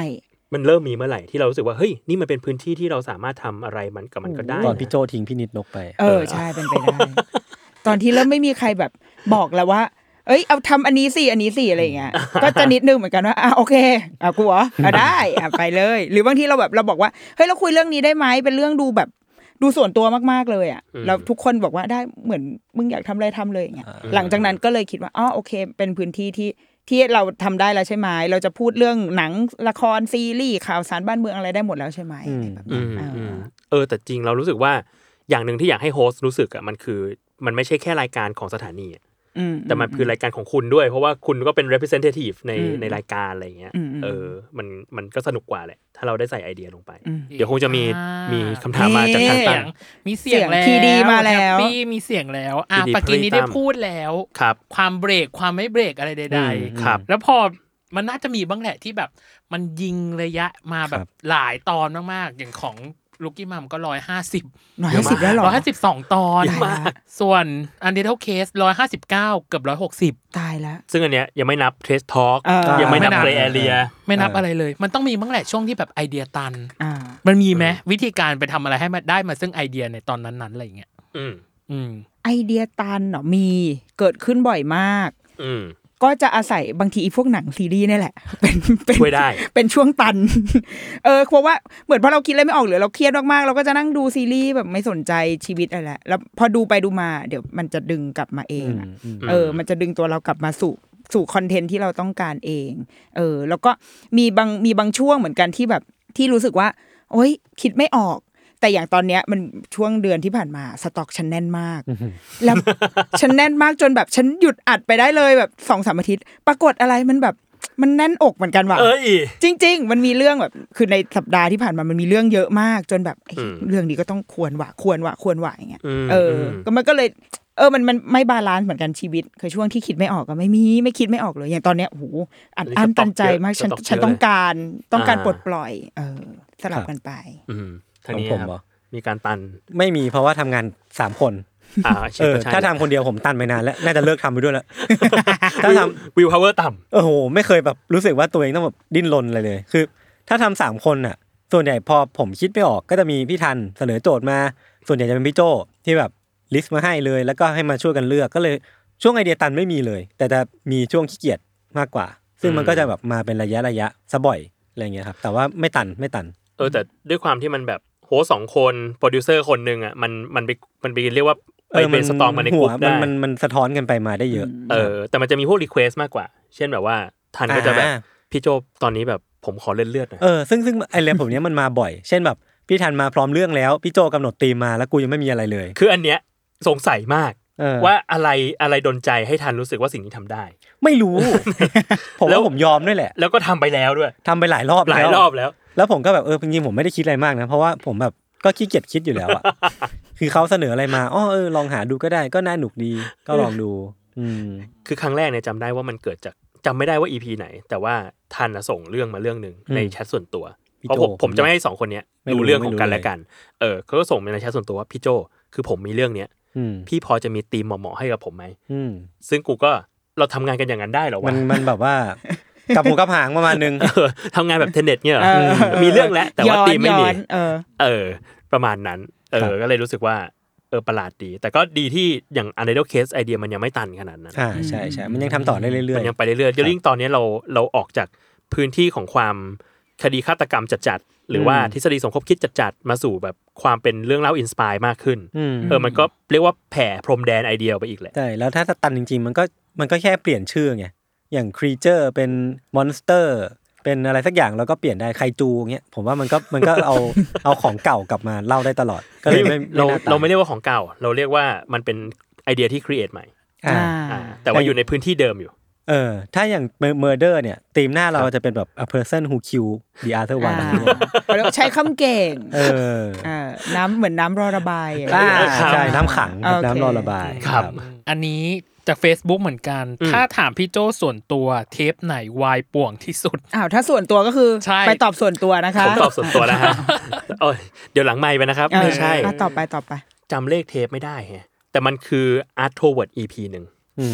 มันเริ่มมีเมื่อไหร่ที่เรารู้สึกว่าเฮ้ยนี่มันเป็นพื้นที่ที่เราสามารถทำอะไรมันกับมันก็ได้ตอนพี่โจทิ้งพี่นิดนกไปใช่เป็นไปได้ตอนที่เริ่มไม่มีใครแบบบอกแล้วว่าเอ้ยเอาทำอันนี้สิอะไรอย่างเงี้ยก็จะนิดนึงเหมือนกันว่าโอเคกูเหรอได้ไปเลยหรือบางทีเราแบบเราบอกว่าเฮ้ยเราคุยเรื่องนี้ได้ไหมเป็นเรื่องดูแบบดูส่วนตัวมากๆเลยอ่ะแล้วทุกคนบอกว่าได้เหมือนมึงอยากทำอะไรทำเลยอย่างเงี้ยหลังจากนั้นก็เลยคิดว่าโอเคเป็นพื้นที่ที่เราทำได้แล้วใช่ไหมเราจะพูดเรื่องหนังละครซีรีส์ข่าวสารบ้านเมืองอะไรได้หมดแล้วใช่ไหมแบบนั้นแต่จริงเรารู้สึกว่าอย่างนึงที่อยากให้โฮสต์รู้สึกอ่ะมันคือมันไม่ใช่แค่รายการของสถานีแต่มันคือรายการของคุณด้วยเพราะว่าคุณก็เป็น representative ในรายการอะไรเงี้ยมันก็สนุกกว่าแหละถ้าเราได้ใส่ไอเดียลงไปเดี๋ยวคงจะมีคำถามมาจากทางตั้งมีเสียงแล้ว PD มาแล้วพี่มีเสียงแล้วปกี้นี้ได้พูดแล้วความเบรกความไม่เบรกอะไรใดๆแล้วพอมันน่าจะมีบ้างแหละที่แบบมันยิงระยะมาแบบหลายตอนมากๆอย่างของลูกกี้มัมก็150 แล้วหรอ 152ตอนส่วน Untitled Case 159เกือบ160 ตายแล้วซึ่งอันเนี้ยยังไม่นับ Trace Talk ยังไม่นับ Gray Area ไม่นับอะไรเลยมันต้องมีบ้างแหละช่วงที่แบบไอเดียตันมันมีไหมวิธีการไปทำอะไรให้มันได้มาซึ่งไอเดียในตอนนั้นๆอะไรอย่างเงี้ยไอเดียตันเนาะมีเกิดขึ้นบ่อยมากก็จะอาศัยบางทีพวกหนังซีรีส์นี่แหละเป็นช่วยได้เป็นช่วงตันเพราะว่าเหมือนพอเราคิดอะไรไม่ออกหรือเราเครียดมากๆเราก็จะนั่งดูซีรีส์แบบไม่สนใจชีวิตอะไรแล้วพอดูไปดูมาเดี๋ยวมันจะดึงกลับมาเองมันจะดึงตัวเรากลับมาสู่คอนเทนต์ที่เราต้องการเองแล้วก็มีบางช่วงเหมือนกันที่แบบที่รู้สึกว่าโอ๊ยคิดไม่ออกแต่อย่างตอนเนี้ยมันช่วงเดือนที่ผ่านมาสต็อกฉันแน่นมากแล้วฉันแน่นมากจนแบบฉันหยุดอัดไปได้เลยแบบ 2-3 อาทิตย์ปรากฏอะไรมันแบบมันแน่นอกเหมือนกันว่ะจริงๆมันมีเรื่องแบบคือในสัปดาห์ที่ผ่านมามันมีเรื่องเยอะมากจนแบบเรื่องนี้ก็ต้องควรว่ะอย่างเงี้ยก็มันก็เลยมันไม่บาลานซ์เหมือนกันชีวิตเคยช่วงที่คิดไม่ออกก็ไม่คิดไม่ออกเลยอย่างตอนเนี้ยโอ้โหอันตันใจมากฉันต้องการปลดปล่อยสลับกันไปของผมมีการตันไม่มีเพราะว่าทำงาน3คนถ้าทำคนเดียวผมตันไปนานแล้วน่าจะเลิกทำไปด้วยแล้วถ้าทำวิวพาวเวอร์ต่ำโอ้โหไม่เคยแบบรู้สึกว่าตัวเองต้องแบบดิ้นรนอะไรเลยคือถ้าทำ3คนน่ะส่วนใหญ่พอผมคิดไม่ออกก็จะมีพี่ทันเสนอโจทย์มาส่วนใหญ่จะเป็นพี่โจที่แบบลิสต์มาให้เลยแล้วก็ให้มาช่วยกันเลือกก็เลยช่วงไอเดียตันไม่มีเลยแต่จะมีช่วงขี้เกียจมากกว่าซึ่งมันก็จะแบบมาเป็นระยะซะบ่อยอะไรเงี้ยครับแต่ว่าไม่ตันแต่ด้วยความที่มันแบบโห2คนโปรดิวเซอร์คนนึงอ่ะมันไปเรียกว่าไปเป็นสตองมาในกลุ่มได้มันสะท้อนกันไปมาได้เยอะแต่มันจะมีพวกรีเควสมากกว่าเช่นแบบว่าทันก็จะแบบพี่โจตอนนี้แบบผมขอเลือดหน่อยซึ่งไอ้เรื่องผมเนี้ยมันมาบ่อยเช่นแบบพี่ทันมาพร้อมเรื่องแล้วพี่โจกำหนดธีมมาแล้วกูยังไม่มีอะไรเลยคืออันเนี้ยสงสัยมากว่าอะไรดลใจให้ทันรู้สึกว่าสิ่งนี้ทำได้ไม่รู้ผมว่าผมยอมด้วยแหละแล้วก็ทำไปแล้วด้วยทำไปหลายรอบแล้วผมก็แบบจริงๆผมไม่ได้คิดอะไรมากนะเพราะว่าผมแบบก็ขี้เกียจคิดอยู่แล้วอ่ะคือเขาเสนออะไรมาลองหาดูก็ได้ก็น่าหนุกดีก็ลองดูคือครั้งแรกเนี่ยจำได้ว่ามันเกิดจากจำไม่ได้ว่า EP ไหนแต่ว่าทันส่งเรื่องมาเรื่องนึงในแชทส่วนตัวเพราะผมจะไม่ให้2คนนี้ดูเรื่องของกันและกันเขาก็ส่งมาในแชทส่วนตัวว่าพี่โจคือผมมีเรื่องเนี้ยพี่พอจะมีธีมเหมาะๆให้กับผมไหมซึ่งกูก็เราทำงานกันอย่างนั้นได้หรอวะมันแบบว่ากับหูกับหางประมาณนึงทำงานแบบเทนเน็ตเนี่ยมีเรื่องแล้วแต่ว่าธีมไม่มีประมาณนั้นก็เลยรู้สึกว่าประหลาดดีแต่ก็ดีที่อย่าง Untitled Case ไอเดียมันยังไม่ตันขนาดนั้นใช่มันยังทำต่อได้เรื่อยๆมันยังไปเรื่อยๆยิ่งตอนนี้เราออกจากพื้นที่ของความคดีฆาตกรรมจัดๆหรือว่าทฤษฎีสมคบคิดจัดๆมาสู่แบบความเป็นเรื่องเล่าอินสไปร์มากขึ้นมันก็เรียกว่าแผ่พรมแดนไอเดียไปอีกแหละใช่แล้วถ้าตันจริงๆมันก็แค่เปลี่ยนชื่อไงอย่าง creature เป็น monster เป็นอะไรสักอย่างแล้วก็เปลี่ยนได้ไคจูเงี้ยผมว่ามันก็เอาของเก่ากลับมาเล่าได้ตลอดก็เลยเราไม่เรียกว่าของเก่าเราเรียกว่ามันเป็นไอเดียที่ create ใหม่แต่ว่าอยู่ในพื้นที่เดิมอยู่ถ้าอย่าง murder เนี่ยธีมหน้าเราจะเป็นแบบ a person who kill the other one ใช้คำเก่งน้ำเหมือนน้ำรอระบายใช่น้ำขังน้ำรอระบายครับอันนี้จาก Facebook เหมือนกันถ้าถามพี่โจส่วนตัวเทปไหนวายป่วงที่สุดถ้าส่วนตัวก็คือไปตอบส่วนตัวนะคะผมตอบส่วนตัวนะฮะเดี๋ยวหลังไมค์ไปนะครับไม่ใช่ตอบไปจำเลขเทปไม่ได้ฮะแต่มันคือ Art Toward EP นึง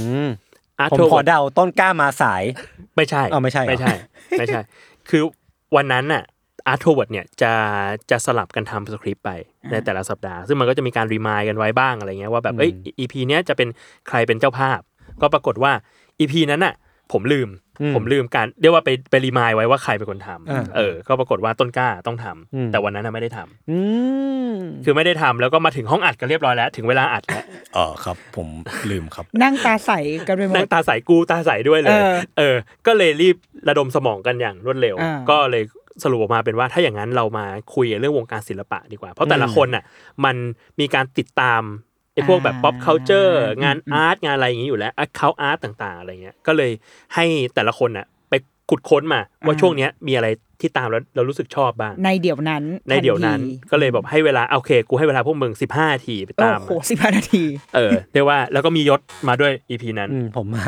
ผมขอเดาต้นกล้ามาสายไม่ใช่ไม่ใช่คือวันนั้นน่ะอาร์ทเวิร์ดเนี่ยจะสลับกันทำสคริปต์ไปในแต่ละสัปดาห์ซึ่งมันก็จะมีการรีมายด์กันไว้บ้างอะไรเงี้ยว่าแบบEP เนี้ยจะเป็นใครเป็นเจ้าภาพก็ปรากฏว่า EP นั้นน่ะผมลืมการเรียกว่าไปรีมายด์ไว้ว่าใครเป็นคนทำก็ปรากฏว่าต้นกล้าต้องทำแต่วันนั้นน่ะไม่ได้ทำคือไม่ได้ทำแล้วก็มาถึงห้องอัดกันเรียบร้อยแล้วถึงเวลาอัดแล้วครับผมลืมครับนั่งตาใสกันไปหมดนั่งตาใสกูตาใสด้วยเลยก็เลยรีบระดมสมองกันอย่างรวดเร็วก็เลยสรุปออกมาเป็นว่าถ้าอย่างนั้นเรามาคุยเรื่องวงการศิลปะดีกว่าเพราะแต่ละคนน่ะมันมีการติดตามไอ้พวกแบบ pop culture งานอาร์ตงานอะไรอย่างงี้อยู่แล้ว account art ต่างๆอะไรเงี้ยก็เลยให้แต่ละคนน่ะไปขุดค้นมาว่าช่วงเนี้ยมีอะไรที่ตามแล้วเรารู้สึกชอบบ้างในเดี๋ยวนั้นก็เลยแบบให้เวลาโอเคกูให้เวลาพวกมึง15นาทีไปตามโอ้โห15นาทีเรียกว่าแล้วก็มียศมาด้วย EP นั้นผมมาย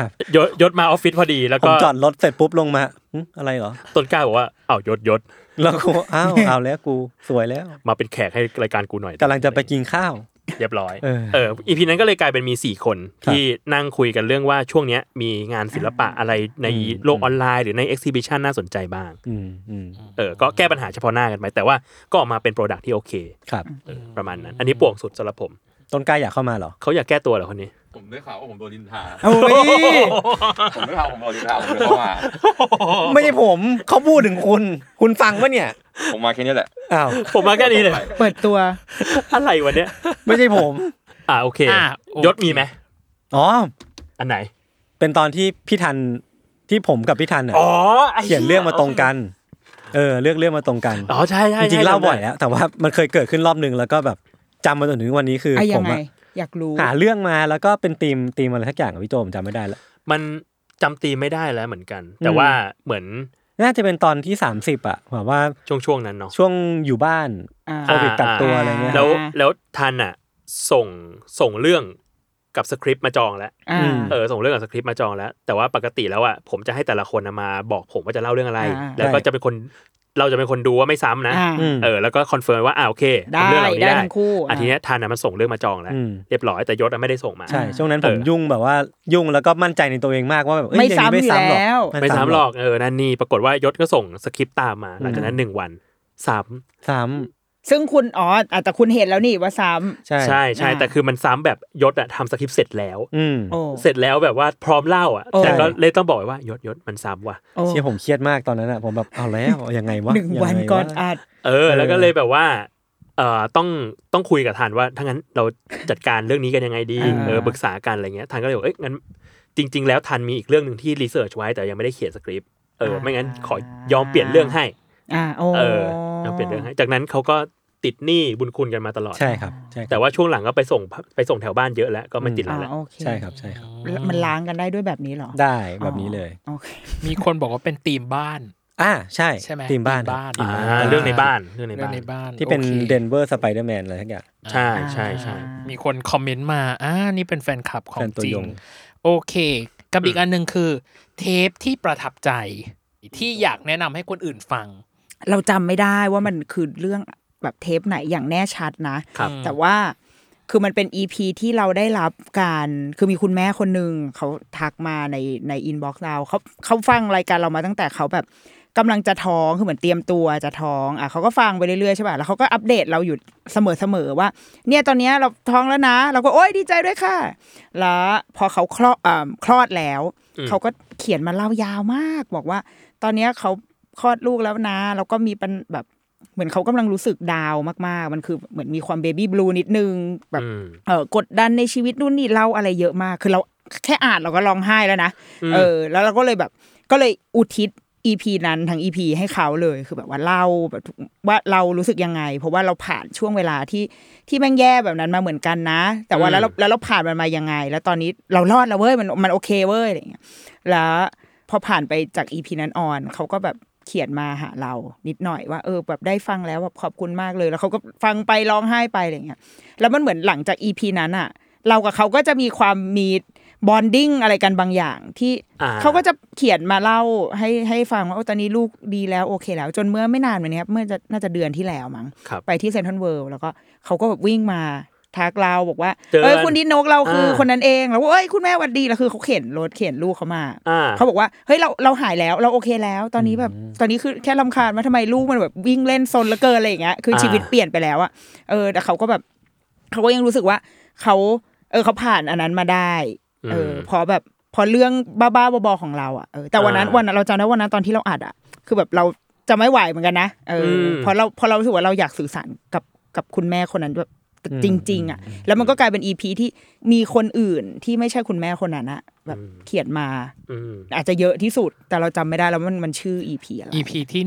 ศมาออฟฟิศพอดีแล้วก็ผมจอดรถเสร็จปุ๊บลงมาอะไรเหรอต้นกล้าบอกว่าอ้าวยศแล้วกูเอาแล้วกูสวยแล้วมาเป็นแขกให้รายการกูหน่อยกำลังจะไปกินข้าวเรียบร้อยEP นั้นก็เลยกลายเป็นมี4คนที่นั่งคุยกันเรื่องว่าช่วงเนี้ยมีงานศิลปะอะไรในโลกออนไลน์หรือใน exhibition น่าสนใจบ้างก็แก้ปัญหาเฉพาะหน้ากันไปแต่ว่าก็ออกมาเป็น product ที่โอเคครับประมาณนั้นอันนี้ป่วงสุดสำหรับผมต้นกล้าอยากเข้ามาเหรอเขาอยากแก้ตัวเหรอคนนี้ผมได้ข่าวว่าผมโดนนินทาโอ้ยผมได้ข่าวผมโดนนินทาผมเลยเข้ามาไม่ใช่ผมเขาพูดถึงคุณฟังปะเนี่ยผมมาแค่นี้แหละอ้าวผมมาแค่นี้เลยเปิดตัวอะไรวะเนี้ยไม่ใช่ผมโอเคยศมีไหมอันไหนเป็นตอนที่พี่ทันที่ผมกับพี่ทันเขียนเรื่องมาตรงกันเรื่องมาตรงกันใช่จริงๆเล่าบ่อยแล้วแต่ว่ามันเคยเกิดขึ้นรอบนึงแล้วก็แบบจำมาจนถึงวันนี้คือผมอยากรู้หาเรื่องมาแล้วก็เป็นธีมอะไรสักอย่างกับพี่โจผมจำไม่ได้แล้วมันจำธีมไม่ได้แล้วเหมือนกันแต่ว่าเหมือนน่าจะเป็นตอนที่30อ่ะแบบว่าช่วงนั้นเนาะช่วงอยู่บ้านโควิดกักตัวอะไรเงี้ยแล้วทันอ่ะส่งเรื่องกับสคริปต์มาจองแล้วส่งเรื่องกับสคริปต์มาจองแล้วแต่ว่าปกติแล้วอ่ะผมจะให้แต่ละคนมาบอกผมว่าจะเล่าเรื่องอะไรแล้วก็จะเป็นคนเราจะเป็นคนดูว่าไม่ซ้ำนะแล้วก็คอนเฟิร์มว่าโอเคเรื่องเหล่านี้ได้ทีนี้ทันมันส่งเรื่องมาจองแล้วเรียบร้อยแต่ยศไม่ได้ส่งมาใช่ช่วงนั้นผมยุ่งแบบว่ายุ่งแล้วก็มั่นใจในตัวเองมากว่าแบบไม่ซ้ำแล้วไม่ซ้ำหรอกนั่นนี่ปรากฏว่ายศก็ส่งสคริปต์ตามมาหลังจากนั้น1วันซ้ำซึ่งคุณแต่คุณเห็นแล้วนี่ว่าซ้ำใช่แต่คือมันซ้ำแบบยศทำสคริปต์เสร็จแล้วเสร็จแล้วแบบว่าพร้อมเล่าแต่ก็เลยต้องบอกว่ายศมันซ้ำว่ะเชี่ยผมเครียดมากตอนนั้นผมแบบเอาแล้วยังไงวะ 1วันก่อนอัดแล้วก็เลยแบบว่าต้องคุยกับทันว่าถ้างั้นเราจัดการเรื่องนี้กันยังไงดีปรึกษากันอะไรเงี้ยทันก็เลยบอกงั้นจริงๆแล้วทันมีอีกเรื่องนึงที่รีเสิร์ชไว้แต่ยังไม่ได้เขียนสคริปต์ไม่งั้นขอยอมเปลี่ยนเรื่องให้ยอมเปลี่ยนเรื่องให้จากนั้นเขาก็ติดหนี้บุญคุณกันมาตลอดใช่ครับแต่ว่าช่วงหลังก็ไปส่งแถวบ้านเยอะแล้วก็ไม่ติดแล้วใช่ครับมันล้างกันได้ด้วยแบบนี้หรอได้แบบนี้เลยมีคนบอกว่าเป็นธีมบ้านใช่ธีมบ้านเรื่องในบ้านที่เป็นเดนเวอร์สไปเดอร์แมนอะไรทั้งอย่างใช่มีคนคอมเมนต์มานี่เป็นแฟนคลับของจริงโอเคกับอีกอันนึงคือเทปที่ประทับใจที่อยากแนะนำให้คนอื่นฟังเราจำไม่ได้ว่ามันคือเรื่องแบบเทปไหนอย่างแน่ชัดนะแต่ว่าคือมันเป็น EP ที่เราได้รับการคือมีคุณแม่คนนึงเขาทักมาในอินบ็อกซ์เขาฟังรายการเรามาตั้งแต่เขาแบบกำลังจะท้องคือเหมือนเตรียมตัวจะท้องเขาก็ฟังไปเรื่อยๆใช่ป่ะแล้วเขาก็อัปเดตเราอยู่เสมอว่าเนี่ยตอนนี้เราท้องแล้วนะเราก็โอ๊ยดีใจด้วยค่ะแล้วพอเขาคลอดแล้วเขาก็เขียนมาเล่ายาวมากบอกว่าตอนนี้เขาคลอดลูกแล้วนะแล้วก็มีเป็นแบบเหมือนเขากำลังรู้สึกดาวมากๆมันคือเหมือนมีความเบบี้บลูนิดนึงแบบกดดันในชีวิตนู่นนี่เล่าอะไรเยอะมากคือเราแค่อ่านเราก็ร้องไห้แล้วนะแล้วเราก็เลยอุทิศ EP นั้นทั้ง EP ให้เขาเลยคือแบบว่าเล่าแบบว่าเรารู้สึกยังไงเพราะว่าเราผ่านช่วงเวลาที่แม่งแย่แบบนั้นมาเหมือนกันนะแต่ว่าแล้วเราผ่านมันมายังไงแล้วตอนนี้เรารอดแล้วเว้ยมันโอเคเว้ยอะไรอย่างเงี้ยแล้วพอผ่านไปจาก EP นั้นเขาก็แบบเขียนมาหาเรานิดหน่อยว่าแบบได้ฟังแล้วแบบขอบคุณมากเลยแล้วเขาก็ฟังไปร้องไห้ไปอะไรอย่างเงี้ยแล้วมันเหมือนหลังจาก EP นั้นอ่ะเรากับเขาก็จะมีความมีบอนดิ้งอะไรกันบางอย่างที่เขาก็จะเขียนมาเล่าให้ฟังว่าตอนนี้ลูกดีแล้วโอเคแล้วจนเมื่อไม่นานมานี้ครับน่าจะเดือนที่แล้วมั้งไปที่เซ็นทรัลเวิลด์แล้วก็เขาก็แบบวิ่งมาทักเราบอกว่าคุณดินนกเราคือคนนั้นเองแล้วคุณแม่หวัดดีแล้วคือเขาเข็นรถเข็นลูกเขามาเขาบอกว่าเฮ้ยเราหายแล้วเราโอเคแล้วตอนนี้แบบตอนนี้คือแค่รำคาญว่าทำไมลูกมันแบบวิ่งเล่นซนเหลือเกินอะไรอย่างเงี้ยคือชีวิตเปลี่ยนไปแล้วอ่ะแต่เขาก็แบบเขาก็ยังรู้สึกว่าเขาผ่านอันนั้นมาได้พอเรื่องบ้าๆบอๆของเราอ่ะแต่วันนั้นเราจำได้วันนั้นตอนที่เราอัดอ่ะคือแบบเราจะไม่ไหวเหมือนกันนะพอเรารู้สึกว่าเราอยากสื่อสารกับคุณแม่คนนั้นแบบจริงๆอ่ะแล้วมันก็กลายเป็น EP ที่มีคนอื่นที่ไม่ใช่คุณแม่คนนั้นอ่ะแบบเขียนมาอาจจะเยอะที่สุดแต่เราจำไม่ได้แล้วมันชื่อ EP อะไร EP ที่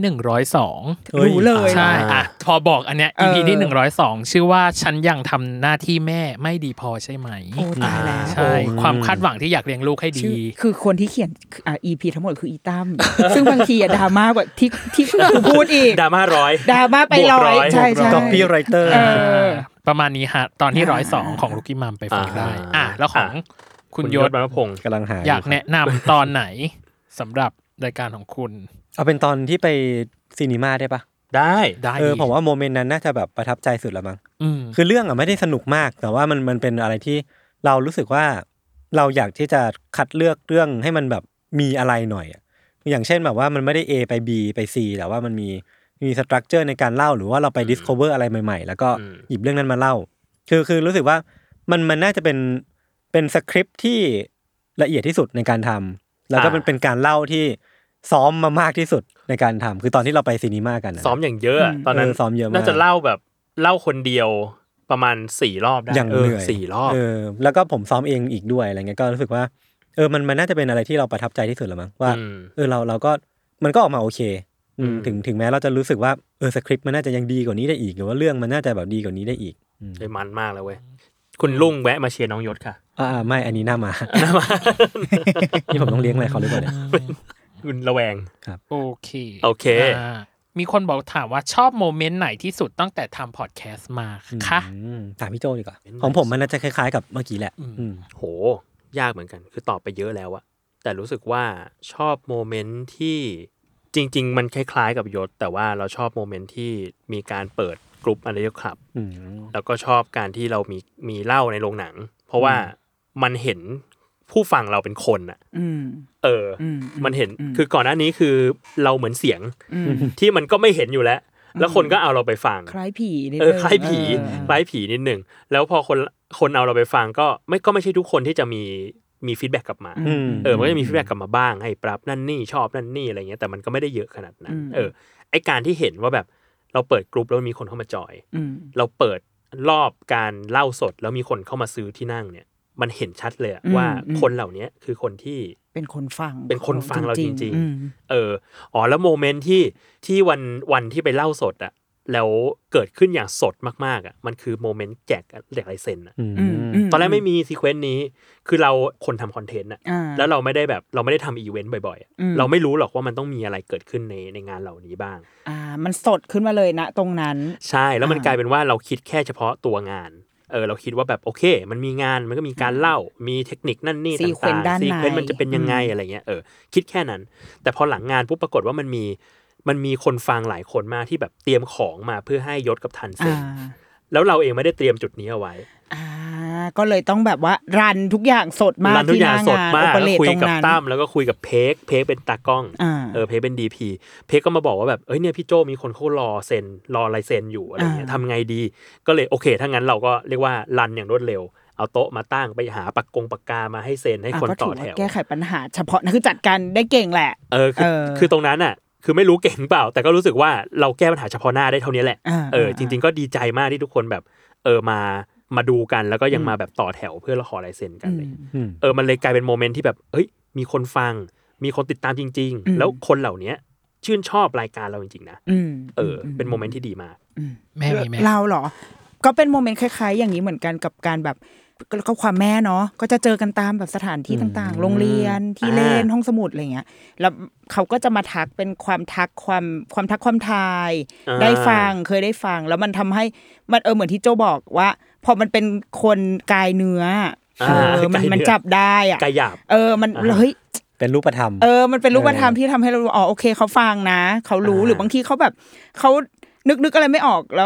102 รู้เลยใช่พอบอกอันเนี้ย EP ที่102ชื่อว่าฉันยังทำหน้าที่แม่ไม่ดีพอใช่ไหมตายแล้วใช่ความคาดหวังที่อยากเลี้ยงลูกให้ดีคือคนที่เขียนEP ทั้งหมดคืออีตั้มซึ่งบางทีดราม่ากว่าที่พูดอีกดราม่า100 ดราม่าไป100ใช่ๆ copywriter ประมาณนี้ฮะตอนที่102ของลูกกี้มัมไปฟังได้แล้วของคุณยศบรรพงศ์กำลังหาอยากแนะนำตอนไหนสำหรับรายการของคุณเอาเป็นตอนที่ไปซีนีมาได้ปะได้ผมว่าโมเมนต์นั้นน่าจะแบบประทับใจสุดละมั้งคือเรื่องไม่ได้สนุกมากแต่ว่ามันเป็นอะไรที่เรารู้สึกว่าเราอยากที่จะคัดเลือกเรื่องให้มันแบบมีอะไรหน่อยอย่างเช่นแบบว่ามันไม่ได้ A ไป B ไป C แต่ว่ามันมีสตรัคเจอร์ในการเล่าหรือว่าเราไป discover อะไรใหม่ๆแล้วก็หยิบเรื่องนั้นมาเล่าคือรู้สึกว่ามันน่าจะเป็นสคริปต์ที่ละเอียดที่สุดในการทำแล้วก็เป็นการเล่าที่ซ้อมมามากที่สุดในการทำคือตอนที่เราไปซีนีมากันซ้อมอย่างเยอะตอนนั้นซ้อมเยอะมากน่าจะเล่าคนเดียวประมาณ4รอบได้อย่างเหนื่อย 4รอบแล้วก็ผมซ้อมเองอีกด้วยอะไรเงี้ยก็รู้สึกว่ามันน่าจะเป็นอะไรที่เราประทับใจที่สุดแล้วมั้งว่าเราก็มันก็ออกมาโอเคถึงแม้เราจะรู้สึกว่าสคริปต์มันน่าจะยังดีกว่านี้ได้อีกหรือว่าเรื่องมันน่าจะแบบดีกว่านี้ได้อีกมันมากแล้วเว้ยคุณลุงแวะมาเชียร์น้องยศค่ะไม่อันนี้หน้ามานี่ผมต้องเลี้ยงอะไรเขาหรือเปล่าเนี่ยคุณระแวงครับโอเคมีคนบอกถามว่าชอบโมเมนต์ไหนที่สุดตั้งแต่ทำพอดแคสต์มาคะถามพี่โจดีกว่าของผมมันน่าจะคล้ายๆกับเมื่อกี้แหละโหยากเหมือนกันคือตอบไปเยอะแล้วอะแต่รู้สึกว่าชอบโมเมนต์ที่จริงๆมันคล้ายๆกับยศแต่ว่าเราชอบโมเมนต์ที่มีการเปิดกลุ่มอันเดียวครับแล้วก็ชอบการที่เรามีเล่าในโรงหนังเพราะว่ามันเห็นผู้ฟังเราเป็นคนอ่ะมันเห็นคือก่อนหน้านี้คือเราเหมือนเสียงที่มันก็ไม่เห็นอยู่แล้วคนก็เอาเราไปฟังคล้ายผีคล้ายผีนิดนึงแล้วพอคนเอาเราไปฟังก็ไม่ใช่ทุกคนที่จะมีฟีดแบ็กกลับมามันก็จะมีฟีดแบ็กกลับมาบ้างให้ปรับนั่นนี่ชอบนั่นนี่อะไรเงี้ยแต่มันก็ไม่ได้เยอะขนาดนั้นไอการที่เห็นว่าแบบเราเปิดกลุ่มแล้วมีคนเข้ามาจอยเราเปิดรอบการเล่าสดแล้วมีคนเข้ามาซื้อที่นั่งเนี่ยมันเห็นชัดเลยว่าคนเหล่านี้คือคนที่เป็นคนฟังเราจริงๆแล้วโมเมนต์ที่วันที่ไปเล่าสดอ่ะแล้วเกิดขึ้นอย่างสดมากๆอ่ะมันคือโมเมนต์แจกลายเซ็นอ่ะตอนแรกไม่มีซีเควนต์นี้คือเราคนทำคอนเทนต์อ่ะแล้วเราไม่ได้ทำอีเวนต์บ่อยๆเราไม่รู้หรอกว่ามันต้องมีอะไรเกิดขึ้นในงานเหล่านี้บ้างมันสดขึ้นมาเลยนะตรงนั้นใช่แล้วมันกลายเป็นว่าเราคิดแค่เฉพาะตัวงานเราคิดว่าแบบโอเคมันมีงานมันก็มีการเล่ามีเทคนิคนั่นนี่ต่างๆซีเควนต์มันจะเป็นยังไงอะไรเงี้ยคิดแค่นั้นแต่พอหลังงานปุ๊บปรากฏว่ามันมีคนฟังหลายคนมากที่แบบเตรียมของมาเพื่อให้ยศกับทันเซ็นแล้วเราเองไม่ได้เตรียมจุดนี้เอาไว้ก็เลยต้องแบบว่ารันทุกอย่างสดมากที่หน้างานคุยกับตั้มแล้วก็คุยกับเพกเป็นตากล้องเพกเป็น DP เพกก็มาบอกว่าแบบเนี่ยพี่โจมีคนเขารอลายเซ็นอยู่อะไรเงี้ยทำไงดีก็เลยโอเคถ้างั้นเราก็เรียกว่ารันอย่างรวดเร็วเอาโต๊ะมาตั้งไปหาปากกามาให้เซ็นให้คนต่อแถวแก้ไขปัญหาเฉพาะนั่นคือจัดการได้เก่งแหละคือตรงนั้นอ่ะคือไม่รู้เก่งเปล่าแต่ก็รู้สึกว่าเราแก้ปัญหาเฉพาะหน้าได้เท่านี้แหละจริงๆก็ดีใจมากที่ทุกคนแบบมาดูกันแล้วก็ยังมาแบบต่อแถวเพื่อขอลายเซ็นกันเลยมันเลยกลายเป็นโมเมนต์ที่แบบมีคนฟังมีคนติดตามจริงๆแล้วคนเหล่านี้ชื่นชอบรายการเราจริงๆนะเป็นโมเมนต์ที่ดีมากแม่เราเหรอก็เป็นโมเมนต์คล้ายๆอย่างนี้เหมือนกันกับการแบบก็ความแม่เนาะก็จะเจอกันตามแบบสถานที่ต่างๆโรงเรียนที่เล่นห้องสมุดอะไรเงี้ยแล้วเขาก็จะมาทักเป็นความทักความทายได้ฟังเคยได้ฟังแล้วมันทำให้มันเหมือนที่โจบอกว่าพอมันเป็นคนกายเนื้อมันจับได้อะกายหยาบมันเฮ้ยเป็นรูปธรรมมันเป็นรูปธรรมที่ทำให้เราโอเคเขาฟังนะเขารู้หรือบางทีเขาแบบเขานึกอะไรไม่ออกแล้ว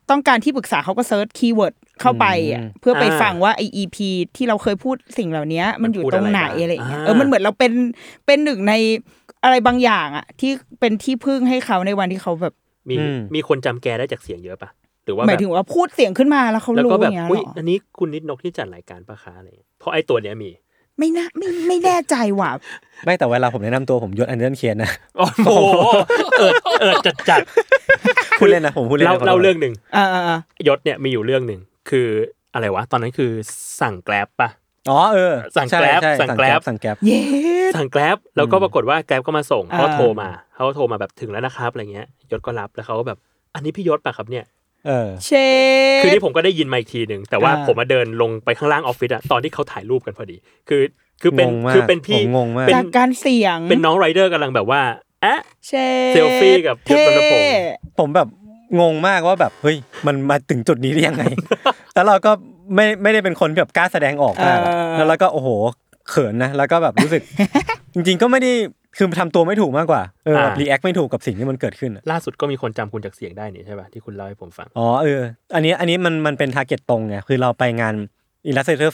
ต้องการที่ปรึกษาเขาก็เซิร์ชคีย์เวิร์ดเข้าไปอ่ะเพื่อไปฟังว่าไอ EP ที่เราเคยพูดสิ่งเหล่านี้มันอยู่ตรงไหนอะไรอย่างเงี้ยมันเหมือนเราเป็นหนึ่งในอะไรบางอย่างอ่ะที่เป็นที่พึ่งให้เขาในวันที่เขาแบบมีคนจำแกได้จากเสียงเยอะปะหรือว่าหมายถึงว่าพูดเสียงขึ้นมาแล้วเขารู้อย่างเงี้ยอันนี้คุณนิดนกที่จัดรายการปะคะอะไรเพราะไอตัวเนี้ยมีไม่แน่ใจว่ะไม่แต่เวลาผมแนะนำตัวผมยศอันเดอร์เคียนนะโอ้โหจัดพูดเล่นนะผมพูดเล่นเล่าเรื่องนึงยศเนี่ยมีอยู่เรื่องนึงคืออะไรวะตอนนั้นคือสั่งแกร็บปะอ๋อสั่งแกร็บเย้สั่งแกร็บแล้วก็ปรากฏว่าแกร็บก็มาส่งเขาโทรมาแบบถึงแล้วนะครับอะไรเงี้ยยศก็รับแล้วเขาก็แบบอันนี้พี่ยศป่ะครับเนี่ยเชคือที่ผมก็ได้ยินมาอีกทีนึงแต่ว่าผมมาเดินลงไปข้างล่างออฟฟิศอะตอนที่เขาถ่ายรูปกันพอดีคือเป็นพี่จากการเสียงเป็นน้องไรเดอร์กำลังแบบว่าเซลฟี่กับยศวรรณพงษ์ผมแบบงงมากว่าแบบเฮ้ยมันมาถึงจุดนี้ได้ยังไงแล้วเราก็ไม่ได้เป็นคนแบบกล้าแสดงออกมากแล้วเราก็โอ้โหเขินนะแล้วก็แบบรู้สึก จริงๆก็ไม่ได้คือทำตัวไม่ถูกมากกว่ารีแอคไม่ถูกกับสิ่งที่มันเกิดขึ้นล่าสุดก็มีคนจำคุณจากเสียงได้นี่ใช่ป่ะที่คุณเล่าให้ผมฟังอันนี้มันเป็นทาร์เก็ตตรงไงคือเราไปงาน Illustrator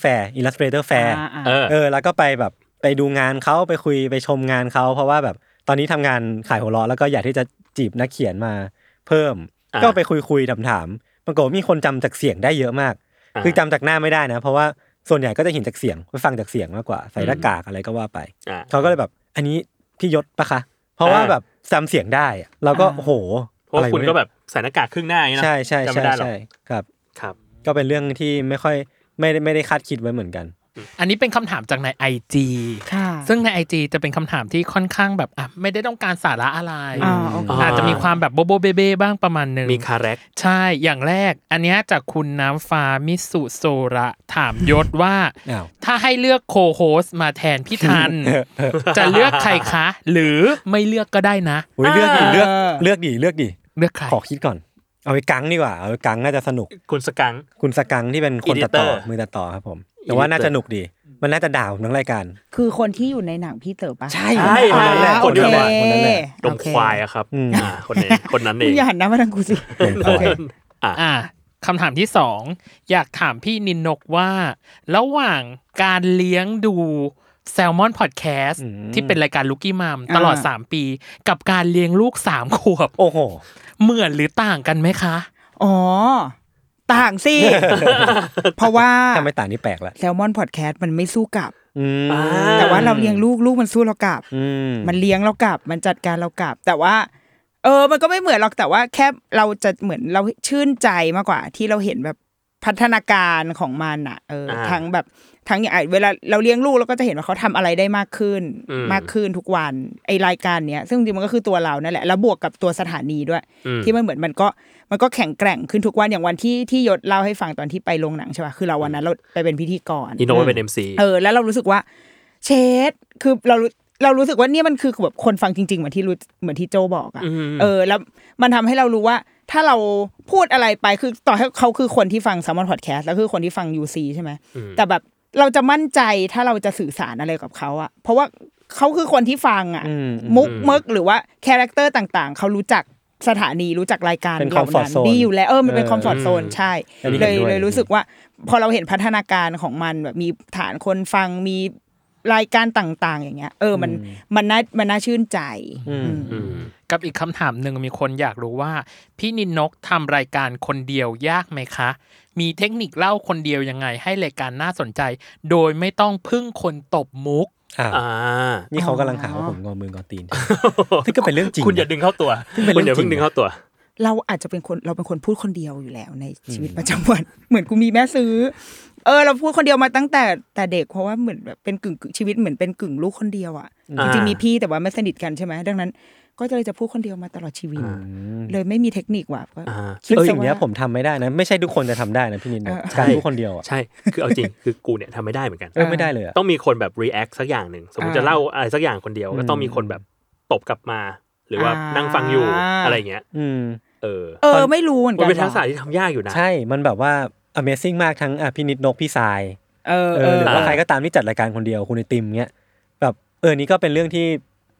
Fair แล้วก็ไปแบบไปดูงานเขาไปคุยไปชมงานเขาเพราะว่าแบบตอนนี้ทำงานขายหัวเราะแล้วก็อยากที่จะจีบนักเขียนมาเพิ่มก็ไปคุยถามปรากฏมีคนจำจากเสียงได้เยอะมากคือจำจากหน้าไม่ได้นะเพราะว่าส่วนใหญ่ก็จะเห็นจากเสียงไปฟังจากเสียงมากกว่าใส่หน้ากากอะไรก็ว่าไปเขาก็เลยแบบอันนี้พี่ยศปะคะเพราะว่าแบบจำเสียงได้เราก็โอ้โหเพราะคุณก็แบบใส่หน้ากากครึ่งหน้าอย่างนี้นะใช่จำไม่ได้หรอกครับก็เป็นเรื่องที่ไม่ได้คาดคิดไว้เหมือนกันอันนี้เป็นคำถามจากใน IG ซึ่งใน IG จะเป็นคำถามที่ค่อนข้างแบบไม่ได้ต้องการสาระอะไรอาจจะมีความแบบโบโบเบเบ้บ้างประมาณนึงมีคาแรคใช่อย่างแรกอันนี้จากคุณน้ำฟ้ามิสุโซระถามยศว่าถ้าให้เลือกโคโฮสมาแทนพี่ทันจะเลือกใครคะหรือไม่เลือกก็ได้นะเลือกดิเลือกใครขอคิดก่อนเอาไปกังดีกว่าเอาไปกังน่าจะสนุกคุณสกังที่เป็นคนตัดต่อมือตัดต่อครับผมแต่ว่าน่าจะสนุกดีมันน่าจะด่าผมทั้งรายการคือคนที่อยู่ในหนังพี่เต๋อปะใช่คนนั้นแหละคนนั้นแหละดมควายอะครับคนนั้นเองอย่าหันหน้ามาทางกูสิคำถามที่2อยากถามพี่นินนกว่าระหว่างการเลี้ยงดูแซลมอนพอดแคสต์ที่เป็นรายการลูกกี้มัมตลอด3ปีกับการเลี้ยงลูก3ขวบโอ้โหเหมือนหรือต่างกันไหมคะอ๋อต่างสิเพราะว่าถ้าไม่ต่างนี่แปลกละแซลมอนพอดแคสต์มันไม่สู้กลับแต่ว่าเราเลี้ยงลูกมันสู้เรากลับมันเลี้ยงเรากลับมันจัดการเรากลับแต่ว่ามันก็ไม่เหมือนหรอกแต่ว่าแค่เราจะเหมือนเราชื่นใจมากกว่าที่เราเห็นแบบพัฒนาการของมันอ่ะทั้งแบบทั้งอย่างเวลาเราเลี้ยงลูกเราก็จะเห็นว่าเขาทำอะไรได้มากขึ้นทุกวันไอรายการเนี้ยซึ่งจริงมันก็คือตัวเรานั่นแหละแล้วบวกกับตัวสถานีด้วยที่มันเหมือนมันก็แข็งแกร่งขึ้นทุกวันอย่างวันที่ยศเล่าให้ฟังตอนที่ไปโรงหนังใช่ป่ะคือเราวันนั้นเราไปเป็นพิธีกรอีโนเป็น MC แล้วเรารู้สึกว่าเชดคือเรารู้สึกว่านี่มันคือแบบคนฟังจริงๆเหมือนที่โจบอกอ่ะแล้วมันทำให้เรารู้ว่าถ้าเราพูดอะไรไปคือต่อให้เขาคือคนที่ฟัง Salmon Podcast แล้วคือคนที่ฟัง UC ใช่ไหมแต่แบบเราจะมั่นใจถ้าเราจะสื่อสารอะไรกับเขาอ่ะเพราะว่าเขาคือคนที่ฟังอ่ะมุกมึกหรือว่าคาแรคเตอร์ต่างๆเขารู้จักสถานีรู้จักรายการเหล่านั้นดีอยู่แล้วมันเป็นคอมฟอร์ตโซนใช่เลยรู้สึกว่าพอเราเห็นพัฒนาการของมันแบบมีฐานคนฟังมีรายการต่างๆอย่างเงี้ยมันน่าชื่นใจกับอีกคำถามนึงมีคนอยากรู้ว่าพี่นินนกทำรายการคนเดียวยากไหมคะมีเทคนิคเล่าคนเดียวยังไงให้รายการน่าสนใจโดยไม่ต้องพึ่งคนตบมุกนี่เขากำลังหาว่าผมงอมืองอตีนซึ่งก็เป็นเรื่องจริงคุณอย่าดึงเข้าตัวคุณอย่าเพิ่งดึงเข้าตัวเราอาจจะเป็นคนเราเป็นคนพูดคนเดียวอยู่แล้วในชีวิตประจำวันเหมือนกูมีแม่ซื้อเราพูดคนเดียวมาตั้งแต่เด็กเพราะว่าเหมือนแบบเป็นกึ่งชีวิตเหมือนเป็นกึ่งลูกคนเดียวอ่ะจริงๆมีพี่แต่ว่าไม่สนิทกันใช่ไหมดังนั้นก็เลยจะพูดคนเดียวมาตลอดชีวิตเลยไม่มีเทคนิคว่ะก็อย่างเงี้ยผมทำไม่ได้นะไม่ใช่ทุกคนจะทำได้นะพี่นินการพูดคนเดียวอ่ะใช่คือเอาจริงคือกูเนี่ยทำไม่ได้เหมือนกันไม่ได้เลยต้องมีคนแบบ react สักอย่างนึงสมมติจะเล่าอะไรสักอย่างคนเดียวก็ต้องมีคนแบบตบกลับมาหรือว่านั่งฟังอยู่อะไรเงี้ยไม่รู้เหมือนกันมันเป็นทักษะที่ทำยากอยู่นะใช่มันแบบว่า Amazing มากทั้งพี่นิดนกพี่ทรายหรือว่าใครก็ตามที่จัดรายการคนเดียวคุณไอติมเงี้ยแบบนี่ก็เป็นเรื่องที่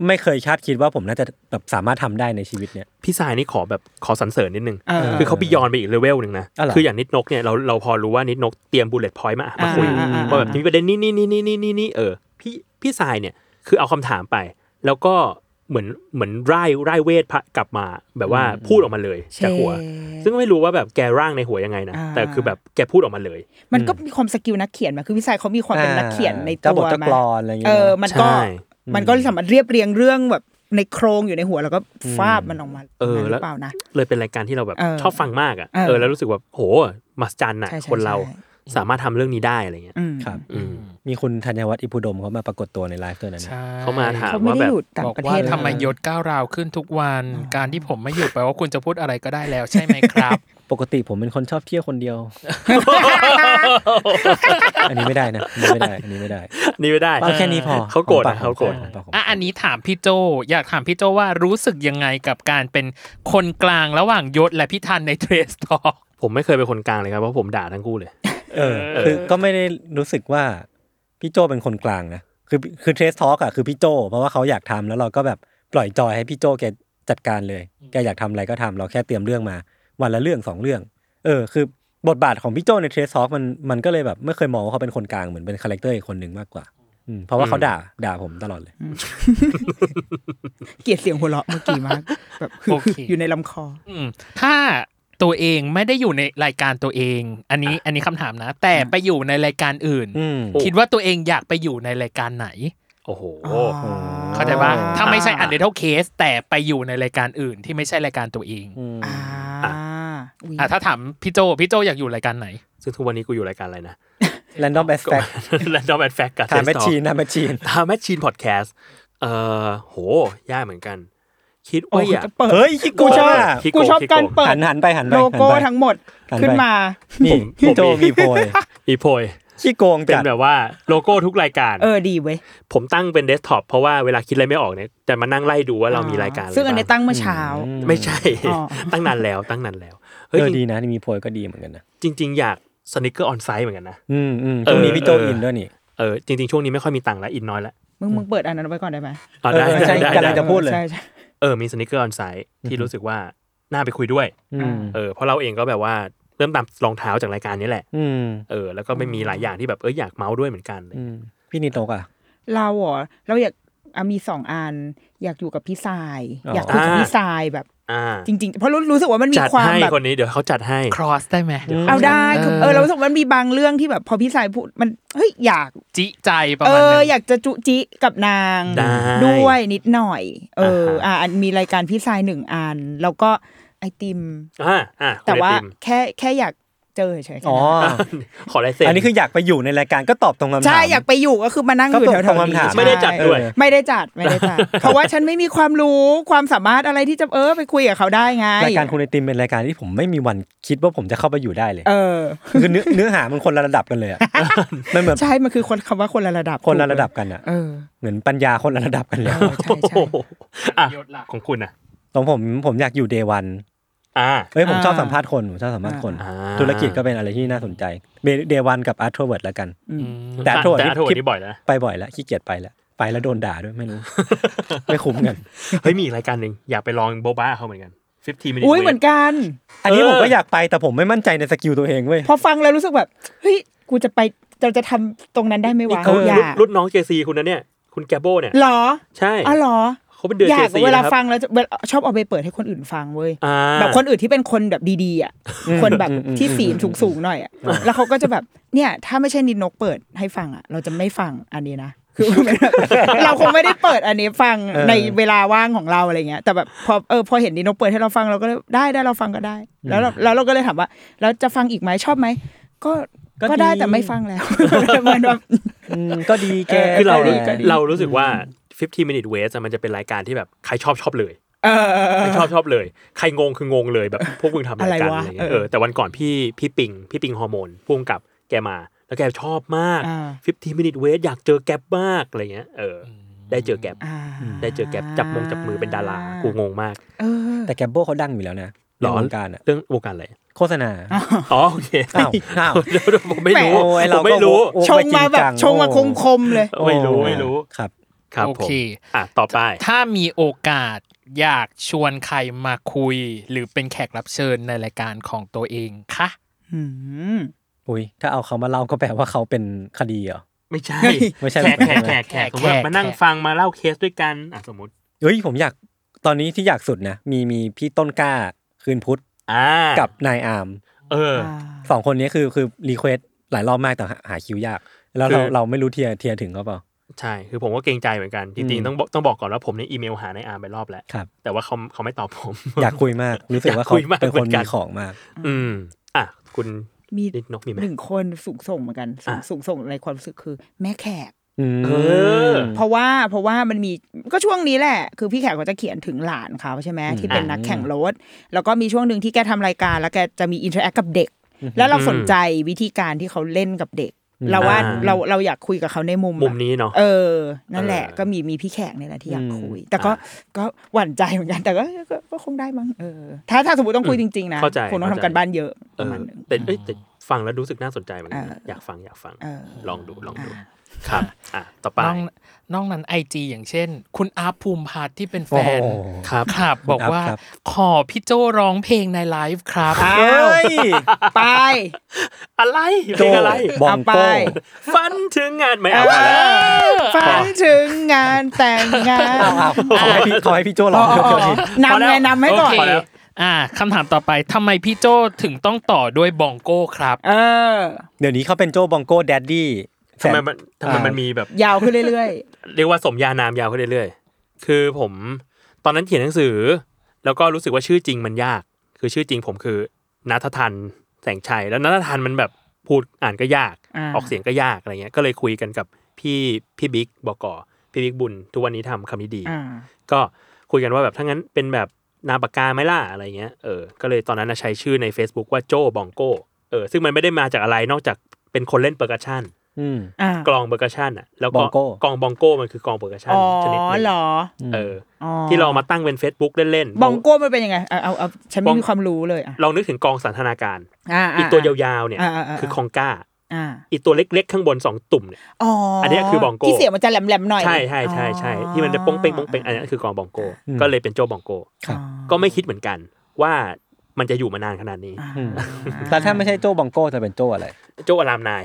ไม่เคยคาดคิดว่าผมน่าจะแบบสามารถทำได้ในชีวิตเนี้ยพี่สายนี่ขอสรรเสริญนิดนึงคือเขาบียอนไปอีกเลเวลนึงนะคืออย่างนิดนกเนี่ยเราพอรู้ว่านิดนกเตรียมบุลเลตพอยต์มาคุยว่าแบบมีประเด็นนี่พี่สายเนี่ยคือเอาคำถามไปแล้วก็เหมือนไร้เวทกลับมาแบบว่าพูดออกมาเลยจากหัวซึ่งไม่รู้ว่าแบบแกร่างในหัวยังไงนะแต่คือแบบแกพูดออกมาเลยมันก็มีความสกิลนักเขียนมาคือพี่สายเขามีความเป็นนักเขียนในตัวมาอะไรอย่างเงี้ยมันก็สามารถเรียบเรียงเรื่องแบบในโครงอยู่ในหัวแล้วก็ฟาบมันออกมาหรือเปล่านะเลยเป็นรายการที่เราแบบชอบฟังมากอ่ะแล้วรู้สึกว่าโหมหัศจรรย์น่ะคนเราสามารถทำเรื่องนี้ได้อะไรเงี้ยครับมีคุณธัญวัฒน์อิพุดมเขามาปรากฏตัวในไลฟ์ด้วยนะเขามาถามว่าแบบบอกว่าทำไมยศก้าวราวขึ้นทุกวันการที่ผมไม่หยุดแปลว่าคุณจะพูดอะไรก็ได้แล้วใช่ไหมครับปกติผมเป็นคนชอบเที่ยวคนเดียวอันนี้ไม่ได้นะอันนี้ไม่ได้แค่นี้พอเขาโกรธอันนี้ถามพี่โจอยากถามพี่โจว่ารู้สึกยังไงกับการเป็นคนกลางระหว่างยศและพี่ทันในเทรสทอล์คผมไม่เคยเป็นคนกลางเลยครับเพราะผมด่าทั้งคู่เลยคือก็ไม่ได้รู้สึกว่าพี่โจเป็นคนกลางนะคือเทรสทอล์กอ่ะคือพี่โจเพราะว่าเขาอยากทำแล้วเราก็แบบปล่อยจอยให้พี่โจแกจัดการเลยแกอยากทำอะไรก็ทำเราแค่เตรียมเรื่องมาวันละเรื่อง2เรื่องคือบทบาทของพี่โจในเทรสทอล์กมันก็เลยแบบไม่เคยมองว่าเขาเป็นคนกลางเหมือนเป็นคาแรคเตอร์อีกคนนึงมากกว่าเพราะว่าเขาด่าผมตลอดเลยเกลียดเสียงหัวเราะเมื่อกี้มากแบบอยู่ในลำคอถ้าตัวเองไม่ได้อยู่ในรายการตัวเองอันนี้คำถามนะแต่ไปอยู่ในรายการอื่นคิดว่าตัวเองอยากไปอยู่ในรายการไหนโอ้โหเข้าใจป่ะถ้าไม่ใช่ Untitled Case แต่ไปอยู่ในรายการอื่นที่ไม่ใช่รายการตัวเองถ้าถามพี่โจอยากอยู่รายการไหนซึ่งทุกวันนี้กูอยู่รายการอะไรนะ Random as Fact Random as Fact กับ Time Machine Podcast โหยากเหมือนกันคิดว่าอยากเฮ้ยกูชอบการเปิดหันไปโลโก้ทั้งหมดขึ้นมานี่พี่โจมีโพยขี้โกงเป็นแบบว่าโลโก้ทุกรายการดีเว้ยผมตั้งเป็นเดสก์ท็อปเพราะว่าเวลาคิดอะไรไม่ออกเนี่ยจะมานั่งไล่ดูว่าเรามีรายการซึ่งอันนี้ตั้งเมื่อเช้าไม่ใช่ตั้งนานแล้วเฮ้ยดีนะนี่มีโพยก็ดีเหมือนกันนะจริงๆอยากสนิกเกอร์ออนไซต์เหมือนกันนะช่วงนี้พี่โจอินด้วยนี่จริงๆช่วงนี้ไม่ค่อยมีตังค์แล้วอินน้อยแล้วมึงเปิดอันนั้นไว้ก่อนได้ไหมได้กำลังจะพูดเลยมีสนิกเกอร์ออนไซต์ที่รู้สึกว่าน่าไปคุยด้วยเพราะเราเองก็แบบว่าเริ่มตามรองเท้าจากรายการนี้แหละแล้วก็ไม่มีหลายอย่างที่แบบอยากเมาส์ด้วยเหมือนกันพี่นิโตกอ่ะเราอยากมี2อันอยากอยู่กับพี่ทรายอยากคุยกับพี่ทรายแบบจริงๆเพราะรู้สึกว่ามันมีความแบบคนนี้เดี๋ยวเขาจัดให้ cross ได้ไหมเอาได้คือเรารู้สึกมันมีบางเรื่องที่แบบพอพี่ทรายพูดมันอยากจิใจประมาณนึงอยากจะจุจิกับนางด้วยนิดหน่อยมีรายการพี่ทราย1อันแล้วก็ไอติมแต่ว่าแค่อยากเจอเฉยขอลายเซ็นอันนี้คืออยากไปอยู่ในรายการก็ตอบตรงคำถามใช่อยากไปอยู่ก็คือมานั่งอยู่แถวๆนี้ไม่ได้จัดด้วยไม่ได้จัดเพราะว่าฉันไม่มีความรู้ความสามารถอะไรที่จะไปคุยกับเขาได้ไงรายการคุณไอติมเป็นรายการที่ผมไม่มีวันคิดว่าผมจะเข้าไปอยู่ได้เลยคือเนื้อหามันคนละระดับกันเลยมันเหมือนใช่มันคือคำว่าคนละระดับกันอ่ะเหมือนปัญญาคนละระดับกันเลยของคุณนะของผมอยากอยู่ Day 1ผมชอบสัมภาษณ์คนธุรกิจก็เป็นอะไรที่น่าสนใจเดวันกับอาร์ทเวิร์ดแล้วกันแต่อาร์ทเวิร์ดนี่บ่อยแล้วไปบ่อยแล้วขี้เกียจไปแล้วโดนด่าด้วยไม่รู้ไม่คุ้มกันเฮ้ยมีรายการนึงอยากไปลองโบบ้าเขาเหมือนกัน15 minutes อุ้ยเหมือนกันอันนี้ผมก็อยากไปแต่ผมไม่มั่นใจในสกิลตัวเองเว้ยพอฟังแล้วรู้สึกแบบเฮ้ยกูจะไปจะทำตรงนั้นได้ไหมวะรุ่นน้อง JC คุณนะเนี่ยคุณแกโบเนี่ยหรอใช่อ๋อหรอเขาเป็นเดือน JC เวลาฟังแล้วชอบเอาไปเปิดให้คนอื่นฟังเว้ยแบบคนอื่นที่เป็นคนแบบดีๆอ่ะคนแบบที่ศีลสูงๆหน่อยอ่ะแล้วเขาก็จะแบบเนี่ยถ้าไม่ใช่นิดนกเปิดให้ฟังอ่ะเราจะไม่ฟังอันนี้นะคือเราคงไม่ได้เปิดอันนี้ฟังในเวลาว่างของเราอะไรเงี้ยแต่แบบพอเห็นนิดนกเปิดให้เราฟังเราก็ได้เราฟังก็ได้แล้วเราก็เลยถามว่าแล้วจะฟังอีกไหมชอบไหมก็ได้แต่ไม่ฟังแล้วมันแบบก็ดีแกคือเรารู้สึกว่า15 minute waste มันจะเป็นรายการที่แบบใครชอบเลยใครชอบเลยใครงงคืองงเลยแบบพวกมึงทำรายการอะไรเงี้ยแต่วันก่อนพี่ปิงฮอร์โมนพุ่งกับแกมาแล้วแกชอบมาก15 minute waste อยากเจอแก๊ปมากอะไรเงี้ยได้เจอแก๊ปจับมือเป็นดารากูงงมากแต่แกปโบเขาดังอยู่แล้วนะเรื่องวงการอะเรื่องวงการอะไรโฆษณาโอเคผมไม่รู้ชงมาแบบชงมาคมๆเลยไม่รู้ครับครับโอเคต่อไปถ้ามีโอกาสอยากชวนใครมาคุยหรือเป็นแขกรับเชิญในรายการของตัวเองคะอุ้ยถ้าเอาเขามาเล่าก็แปลว่าเขาเป็นคดีเหรอไม่ใช่ไม่ใช่แขกมานั่งฟังมาเล่าเคสด้วยกันสมมติผมอยากตอนนี้ที่อยากสุดนะมีพี่ต้นกล้าคืนพุทธกับนายอาร์ม2คนนี้คือรีเควสหลายรอบมากแต่หาคิวยากแล้วเราไม่รู้เทียถึงเขาเปล่าใช่คือผมก็เกรงใจเหมือนกันจริงๆต้องบอกก่อนว่าผมเนี่ยอีเมลหานายอาร์มไปรอบแล้วแต่ว่าเขาไม่ตอบผมอยากคุยมากรู้สึกว่าเขาเป็นคนมีของมากคุณมี1คนสูงส่งเหมือนกันสูงส่งในความรู้สึกคือแม่แขกเพราะว่ามันมีก็ช่วงนี้แหละคือพี่แขกเขาจะเขียนถึงหลานเขาใช่ไหมที่เป็นนักแข่งรถแล้วก็มีช่วงนึงที่แกทำรายการแล้วแกจะมีอินเทอร์แอคกับเด็กแล้วเราสนใจวิธีการที่เขาเล่นกับเด็กเราว่าเราอยากคุยกับเขาในมุมนี้เนาะนั่นแหละก็มีพี่แขกนี่แหละที่อยากคุยแต่ก็หวั่นใจเหมือนกันแต่ก็คงได้มั้งถ้าสมมติต้องคุยจริงๆนะคงต้องทำกันบ้านเยอะประมาณนึงแต่ฟังแล้วรู้สึกน่าสนใจเหมือนกันอยากฟังลองดูครับต่อไปน้องนั้น IG อย่างเช่นคุณอาร์ภูมิพัฒน์ที่เป็นแฟนครับบอกว่าขอพี่โจร้องเพลงในไลฟ์ครับไปอะไรเพลงอะไรบอกไปฝันถึงงานไม่เอาฝันถึงงานแต่งงานขอให้พี่โจร้องนำให้ก่อนคำถามต่อไปทำไมพี่โจถึงต้องต่อด้วยบองโก้ครับเดี๋ยวนี้เขาเป็นโจบองโก้แดดดี้ทำไมมันมีแบบยาวขึ้นเรื่อยๆเรียกว่าสมญานามยาวขึ้นเรื่อยๆคือผมตอนนั้นเขียนหนังสือแล้วก็รู้สึกว่าชื่อจริงมันยากคือชื่อจริงผมคือณัฐทันแสงชัยแล้วณัฐทันมันแบบพูดอ่านก็ยากออกเสียงก็ยากอะไรเงี้ยก็เลยคุยกันกับพี่บิ๊กบก.พี่บิ๊กบุญทุกวันนี้ทำคำนี้ดีก็คุยกันว่าแบบถ้างั้นเป็นแบบนามปากกาไหมล่ะอะไรเงี้ยก็เลยตอนนั้นใช้ชื่อใน Facebook ว่าโจบองโก้ซึ่งมันไม่ได้มาจากอะไรนอกจากเป็นคนเล่นเปอร์คัชชั่นกลองเปอร์คัชชั่นแล้วก็กลองบองโก้มันคือกลองเปอร์คัชชั่นชนิดนึงที่เรามาตั้งเป็น Facebook เล่นๆบองโก้มันเป็นยังไงเอาฉันไม่มีความรู้เลยลองนึกถึงกลองสันทนาการอีกตัวยาวๆเนี่ยคือคองก้าอีกตัวเล็กๆข้างบน2ตุ่มเนี่ยอันนี้คือบองโก้ที่เสียงมันจะแหลมๆหน่อยใช่ที่มันจะป้งเป้งอันนี้คือกลองบองโก้ก็เลยเป็นโจบองโก้ก็ไม่คิดเหมือนกันว่ามันจะอยู่มานานขนาดนี้แล้วถ้าไม่ใช่โจบองโก้จะเป็นโจอะไรโจอารามนาย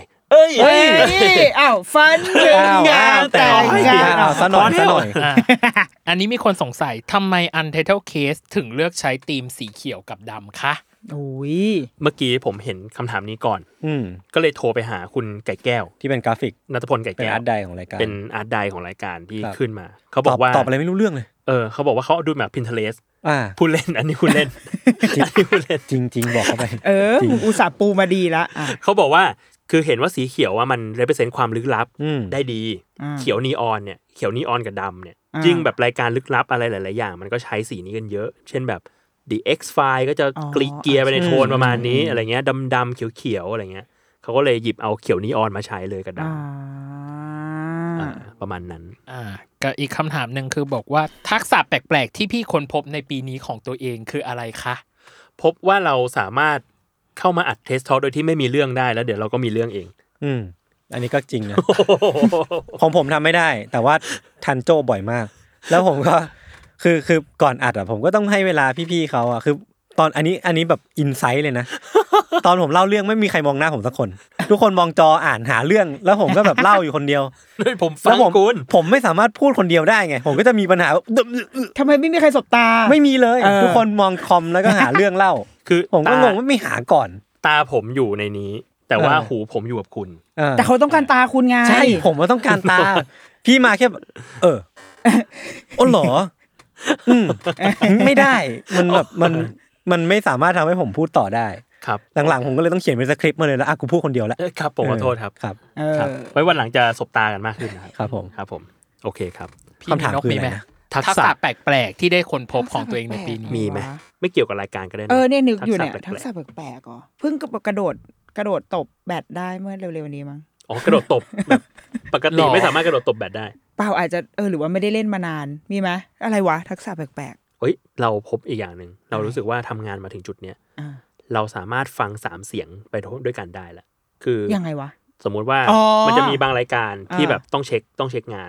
ฟันถึงงานแต่งงานซะหน่อยอันนี้มีคนสงสัยทำไม Untitled Case ถึงเลือกใช้ธีมสีเขียวกับดำคะเมื่อกี้ผมเห็นคำถามนี้ก่อนก็เลยโทรไปหาคุณไก่แก้วที่เป็นกราฟิกณัฐพลไก่แก้วเป็นอาร์ตไดของรายการเป็นอาร์ตไดของรายการที่ขึ้นมาเขาบอกว่าตอบอะไรไม่รู้เรื่องเลยเขาบอกว่าเขาดูแบบ Pinterest พูดเล่นอันนี้พูดเล่นจริงๆบอกเข้าไปอุตส่าห์ปูมาดีละเขาบอกว่าคือเห็นว่าสีเขียวว่ามัน represent ความลึกลับได้ดีเขียวนีออนเนี่ยเขียวนีออนกับดำเนี่ยจริงแบบรายการลึกลับอะไรหลายๆอย่างมันก็ใช้สีนี้กันเยอะเช่นแบบ The X-File ก็จะเกลียไปในโทนประมาณนี้อะไรเงี้ยดำๆเขียวๆอะไรเงี้ยเขาก็เลยหยิบเอาเขียวนีออนมาใช้เลยกับดำประมาณนั้นก็อีกคำถามนึงคือบอกว่าทักษะแปลกๆที่พี่ค้นพบในปีนี้ของตัวเองคืออะไรคะพบว่าเราสามารถเข้ามาอัดเทสทอล์คโดยที่ไม่มีเรื่องได้แล้วเดี๋ยวเราก็มีเรื่องเองอันนี้ก็จริงนะ ของผมทำไม่ได้แต่ว่าทันโจ้บ่อยมากแล้วผมก็คือก่อนอัดผมก็ต้องให้เวลาพี่ๆเขาคือตอนอันนี้แบบอินไซต์เลยนะ ตอนผมเล่าเรื่องไม่มีใครมองหน้าผมสักคนทุกคนมองจออ่านหาเรื่องแล้วผมก็แบบเล่าอยู่คนเดียวผมฟังผมไม่สามารถพูดคนเดียวได้ไงผมก็จะมีปัญหาทำไมไม่มีใครสบตาไม่มีเลยทุกคนมองคอมแล้วก็หาเรื่องเล่าคือผมก็งงว่าไม่หาก่อนตาผมอยู่ในนี้แต่ว่าหูผมอยู่กับคุณแต่เขาต้องการตาคุณไงใช่ผมก็ต้องการตาพี่มาแค่อ๋อเหรอไม่ได้มันแบบมันไม่สามารถทำให้ผมพูดต่อได้ครับหลังๆผมก็เลยต้องเขียนเป็นสคริปต์มาเลยแล้วกูพูดคนเดียวแล้วครับผมขอโทษครับครับไว้วันหลังจะสบตากันมากขึ้นนะครับผมโอเคครับคำถามคืออะไรนะทักษะแปลกๆที่ได้ค้นพบของตัวเองในปีนี้มีไหมไม่เกี่ยวกับรายการก็ได้เนี่ยนึกอยู่เนี่ยทักษะแปลกๆอ๋อเพิ่งกระโดดตบแบดได้เมื่อเร็วๆนี้มั้งกระโดดตบแบบปกติไม่สามารถกระโดดตบแบดได้เปล่าอาจจะหรือว่าไม่ได้เล่นมานานมีไหมอะไรวะทักษะแปลกๆเราพบอีกอย่างนึงเรารู้สึกว่าทำงานมาถึงจุดเนี้ยเราสามารถฟัง3เสียงไปด้วยกันได้แล้วคือยังไงวะสมมุติว่ามันจะมีบางรายการที่แบบต้องเช็คงาน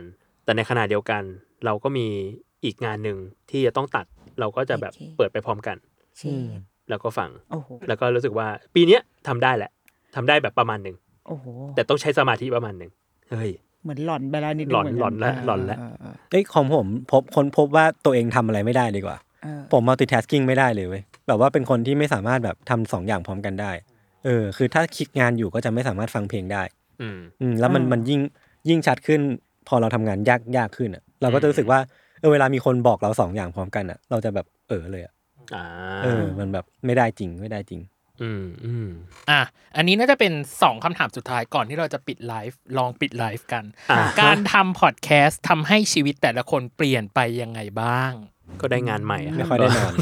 แต่ในขณะเดียวกันเราก็มีอีกงานนึงที่จะต้องตัดเราก็จะแบบเปิดไปพร้อมกันแล้วก็ฟังแล้วก็รู้สึกว่าปีนี้ทำได้แหละทำได้แบบประมาณนึงแต่ต้องใช้สมาธิประมาณนึงเฮ้ยเหมือนหลอนไปแล้วนิดนึงหลอนแล้วของผมพบว่าตัวเองทำอะไรไม่ได้ดีกว่าผม multitasking ไม่ได้เลยเว้ยแบบว่าเป็นคนที่ไม่สามารถแบบทำ2 อย่างพร้อมกันได้คือถ้าคิดงานอยู่ก็จะไม่สามารถฟังเพลงได้แล้วมันยิ่งชัดขึ้นพอเราทำงานยากขึ้นอ่ะเราก็จะรู้สึกว่าเวลามีคนบอกเรา2 อย่างพร้อมกันอ่ะเราจะแบบเลยอ่ะมันแบบไม่ได้จริงอันนี้น่าจะเป็น2คำถามสุดท้ายก่อนที่เราจะปิดไลฟ์ลองปิดไลฟ์กันการทำพอดแคสต์ทำให้ชีวิตแต่ละคนเปลี่ยนไปยังไงบ้างก็ได้งานใหม่ไม่ค่อยได้นอน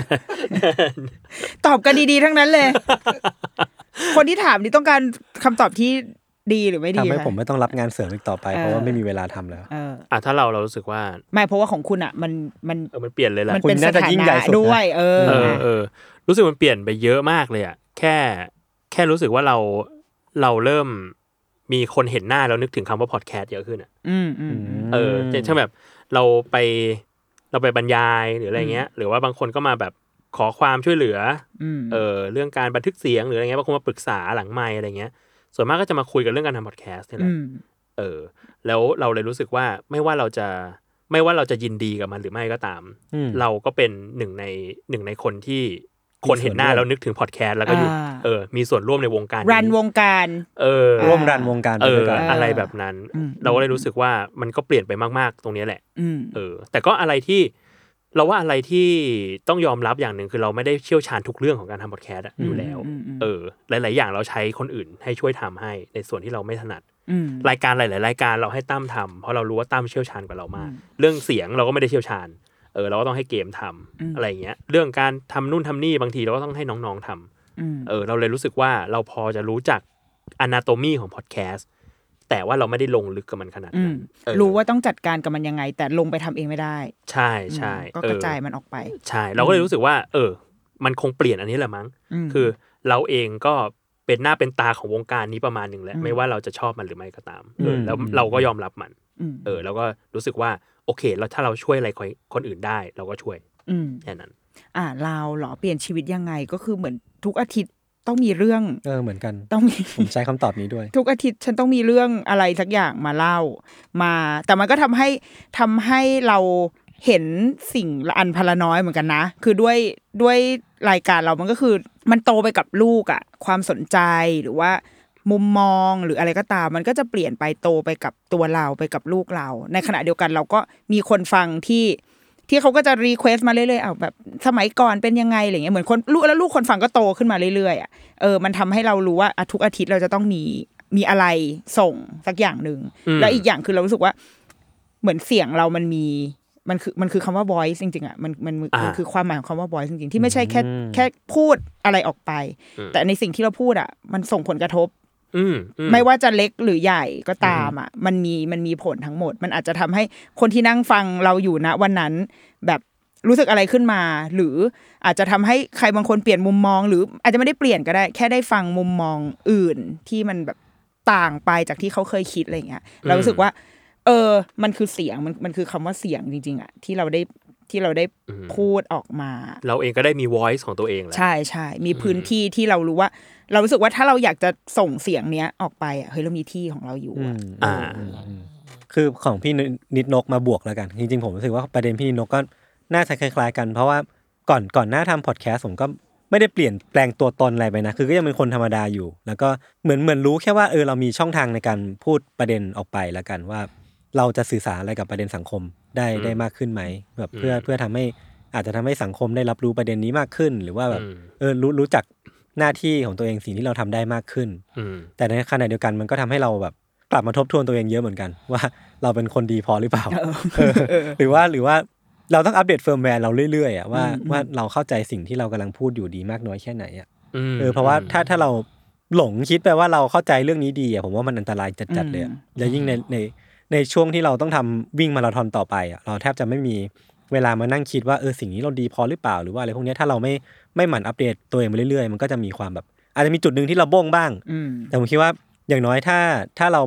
ตอบกันดีๆทั้งนั้นเลยคนที่ถามนี่ต้องการคำตอบที่ดีหรือไม่ดีทำให้ผมไม่ต้องรับงานเสริมอีกต่อไปเพราะว่าไม่มีเวลาทำแล้วถ้าเรารู้สึกว่าไม่เพราะว่าของคุณอ่ะมันเปลี่ยนเลยแหละมันเป็นสถานะด้วยรู้สึกมันเปลี่ยนไปเยอะมากเลยอ่ะแค่รู้สึกว่าเราเริ่มมีคนเห็นหน้าแล้วนึกถึงคำว่าพอดแคสต์เยอะขึ้นอ่ะเช่นแบบเราไปบรรยายหรืออะไรเงี้ยหรือว่าบางคนก็มาแบบขอความช่วยเหลือเรื่องการบันทึกเสียงหรืออะไรเงี้ยบางคนมาปรึกษาหลังไมค์อะไรเงี้ยส่วนมากก็จะมาคุยกันเรื่องการทำพอดแคสต์นี่แหละแล้วเราเลยรู้สึกว่าไม่ว่าเราจะยินดีกับมันหรือไม่ก็ตามเราก็เป็นหนึ่งในคนที่คนเห็นหน้าแล้วนึกถึงพอดแคสต์แล้วก็อยู่มีส่วนร่วมในวงการรันวงการร่วมรันวงการอะไรแบบนั้นเราก็เลยรู้สึกว่ามันก็เปลี่ยนไปมากๆตรงนี้แหละแต่ก็อะไรที่เราว่าอะไรที่ต้องยอมรับอย่างหนึ่งคือเราไม่ได้เชี่ยวชาญทุกเรื่องของการทำพอดแคสต์อยู่แล้วหลายๆอย่างเราใช้คนอื่นให้ช่วยทำให้ในส่วนที่เราไม่ถนัดรายการหลายๆรายการเราให้ตั้มทำเพราะเรารู้ว่าตั้มเชี่ยวชาญกว่าเรามากเรื่องเสียงเราก็ไม่ได้เชี่ยวชาญเราก็ต้องให้เกมทำอะไรเงี้ยเรื่องการทำนู่นทำนี่บางทีเราก็ต้องให้น้องๆทำเราเลยรู้สึกว่าเราพอจะรู้จัก anatomy ของพอดแคสต์แต่ว่าเราไม่ได้ลงลึกกับมันขนาดนั้นรู้ว่าต้องจัดการกับมันยังไงแต่ลงไปทำเองไม่ได้ใช่ก็กระจายมันออกไปใช่เราก็เลยรู้สึกว่ามันคงเปลี่ยนอันนี้แหละมั้งคือเราเองก็เป็นหน้าเป็นตาของวงการนี้ประมาณนึงแล้วไม่ว่าเราจะชอบมันหรือไม่ก็ตามแล้วเราก็ยอมรับมันแล้วก็รู้สึกว่าโอเคแล้วถ้าเราช่วยอะไรคนอื่นได้เราก็ช่วยแค่นั้นเราเหรอเปลี่ยนชีวิตยังไงก็คือเหมือนทุกอาทิตย์ต้องมีเรื่องเหมือนกันต้องมีผมใช้คำตอบนี้ด้วยทุกอาทิตย์ฉันต้องมีเรื่องอะไรสักอย่างมาเล่ามาแต่มันก็ทำให้เราเห็นสิ่งละอันพละน้อยเหมือนกันนะคือด้วยรายการเรามันก็คือมันโตไปกับลูกอ่ะความสนใจหรือว่ามุมมองหรืออะไรก็ตามมันก็จะเปลี่ยนไปโตไปกับตัวเราไปกับลูกเราในขณะเดียวกันเราก็มีคนฟังที่เขาก็จะรีเควสต์มาเรื่อยๆแบบสมัยก่อนเป็นยังไงอะไรเงี้ยเหมือนคนลูกคนฟังก็โตขึ้นมาเรื่อยๆมันทำให้เรารู้ว่าทุกอาทิตย์เราจะต้องมีอะไรส่งสักอย่างนึงแล้วอีกอย่างคือเรารู้สึกว่าเหมือนเสียงเรามันคือคำว่า voice จริงๆอ่ะมันคือความหมายของคำว่า voice จริงๆที่ไม่ใช่แค่พูดอะไรออกไปแต่ในสิ่งที่เราพูดอ่ะมันส่งผลกระทบไม่ว่าจะเล็กหรือใหญ่ก็ตามอ่ะมันมีผลทั้งหมดมันอาจจะทำให้คนที่นั่งฟังเราอยู่ณวันนั้นแบบรู้สึกอะไรขึ้นมาหรืออาจจะทำให้ใครบางคนเปลี่ยนมุมมองหรืออาจจะไม่ได้เปลี่ยนก็ได้แค่ได้ฟังมุมมองอื่นที่มันแบบต่างไปจากที่เขาเคยคิดอะไรเงี้ยเรารู้สึกว่ามันคือเสียงมันคือคำว่าเสียงจริงๆอ่ะที่เราได้พูดออกมาเราเองก็ได้มี voice ของตัวเองแล้วใช่ๆมีพื้นที่ที่เรารู้ว่าเรารู้สึกว่าถ้าเราอยากจะส่งเสียงเนี้ยออกไปอ่ะเฮ้ยเรามีที่ของเราอยู่คือของพี่นิดนกมาบวกแล้วกันจริงๆผมรู้สึกว่าประเด็นพี่นิดนกก็น่าจะคล้ายๆกันเพราะว่าก่อนหน้าทำพอดแคสต์ผมก็ไม่ได้เปลี่ยนแปลงตัวตนอะไรไปนะคือก็ยังเป็นคนธรรมดาอยู่แล้วก็เหมือนรู้แค่ว่าเรามีช่องทางในการพูดประเด็นออกไปแล้วกันว่าเราจะสื่อสารอะไรกับประเด็นสังคมได้มากขึ้นไหมแบบเพื่อทำให้อาจจะทำให้สังคมได้รับรู้ประเด็นนี้มากขึ้นหรือว่าแบบรู้จักหน้าที่ของตัวเองสิ่งที่เราทำได้มากขึ้นแต่ในขณะเดียวกันมันก็ทำให้เราแบบกลับมาทบทวนตัวเองเยอะเหมือนกันว่าเราเป็นคนดีพอหรือเปล่าหรือว่าเราต้องอัปเดตเฟิร์มแวร์เราเรื่อยๆอ่ะว่าเราเข้าใจสิ่งที่เรากำลังพูดอยู่ดีมากน้อยแค่ไหนอ่ะเพราะว่าถ้าเราหลงคิดไปว่าเราเข้าใจเรื่องนี้ดีอ่ะผมว่ามันอันตรายจัดๆเลยแล้วยิ่งในช่วงที่เราต้องทำวิ่งมาราธอนต่อไปอ่ะเราแทบจะไม่มีเวลามานั่งคิดว่าสิ่งนี้เราดีพอหรือเปล่าหรือว่าอะไรพวกนี้ถ้าเราไม่หมั่นอัปเดตตัวเองไปเรื่อยๆมันก็จะมีความแบบอาจจะมีจุดนึงที่เราบ้งบ้างแต่ผมคิดว่าอย่างน้อยถ้าเราแบบ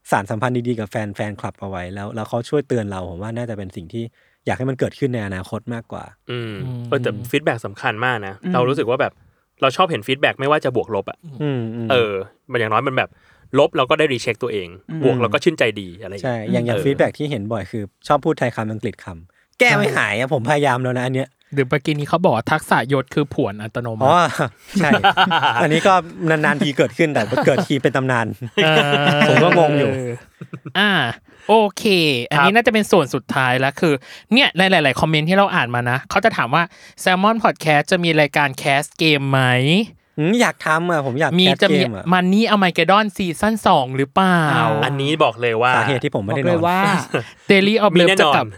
สานสัมพันธ์ดีๆกับแฟนคลับเอาไว้แล้วเขาช่วยเตือนเราผมว่าน่าจะเป็นสิ่งที่อยากให้มันเกิดขึ้นในอนาคตมากกว่าแต่ฟีดแบ็กสำคัญมากนะเรารู้สึกว่าแบบเราชอบเห็นฟีดแบ็กไม่ว่าจะบวกลบอ่ะมันอย่างน้อยมันแบบลบเราก็ได้รีเช็คตัวเองบวกเราก็ชื่นใจดีอะไรใช่อย่างฟีดแบ็กที่เห็นบ่อยคือชอบพูดไทยคำอังกฤษคำแก้ไม่หายผมพยายามแล้วนะอันเนี้ยหรือเมื่อกี้นี้เขาบอกทักษะยศคือผวนอัตโนมัติใช่อันนี้ก็นานๆทีเกิดขึ้นแต่เกิดทีเป็นตำนานผมก็งงอยู่โอเคอันนี้น่าจะเป็นส่วนสุดท้ายแล้วคือเนี่ยในหลายๆคอมเมนต์ที่เราอ่านมานะเขาจะถามว่า Salmon Podcast จะมีรายการแคสเกมไหมอยากทำผมอยากแคสเกมมันนี่เอาไมเกดอนซีซั่น2หรือเปล่าอันนี้บอกเลยว่าสาเหตุที่ผมไม่ได้นอนว่า Daily of Love จะกลับ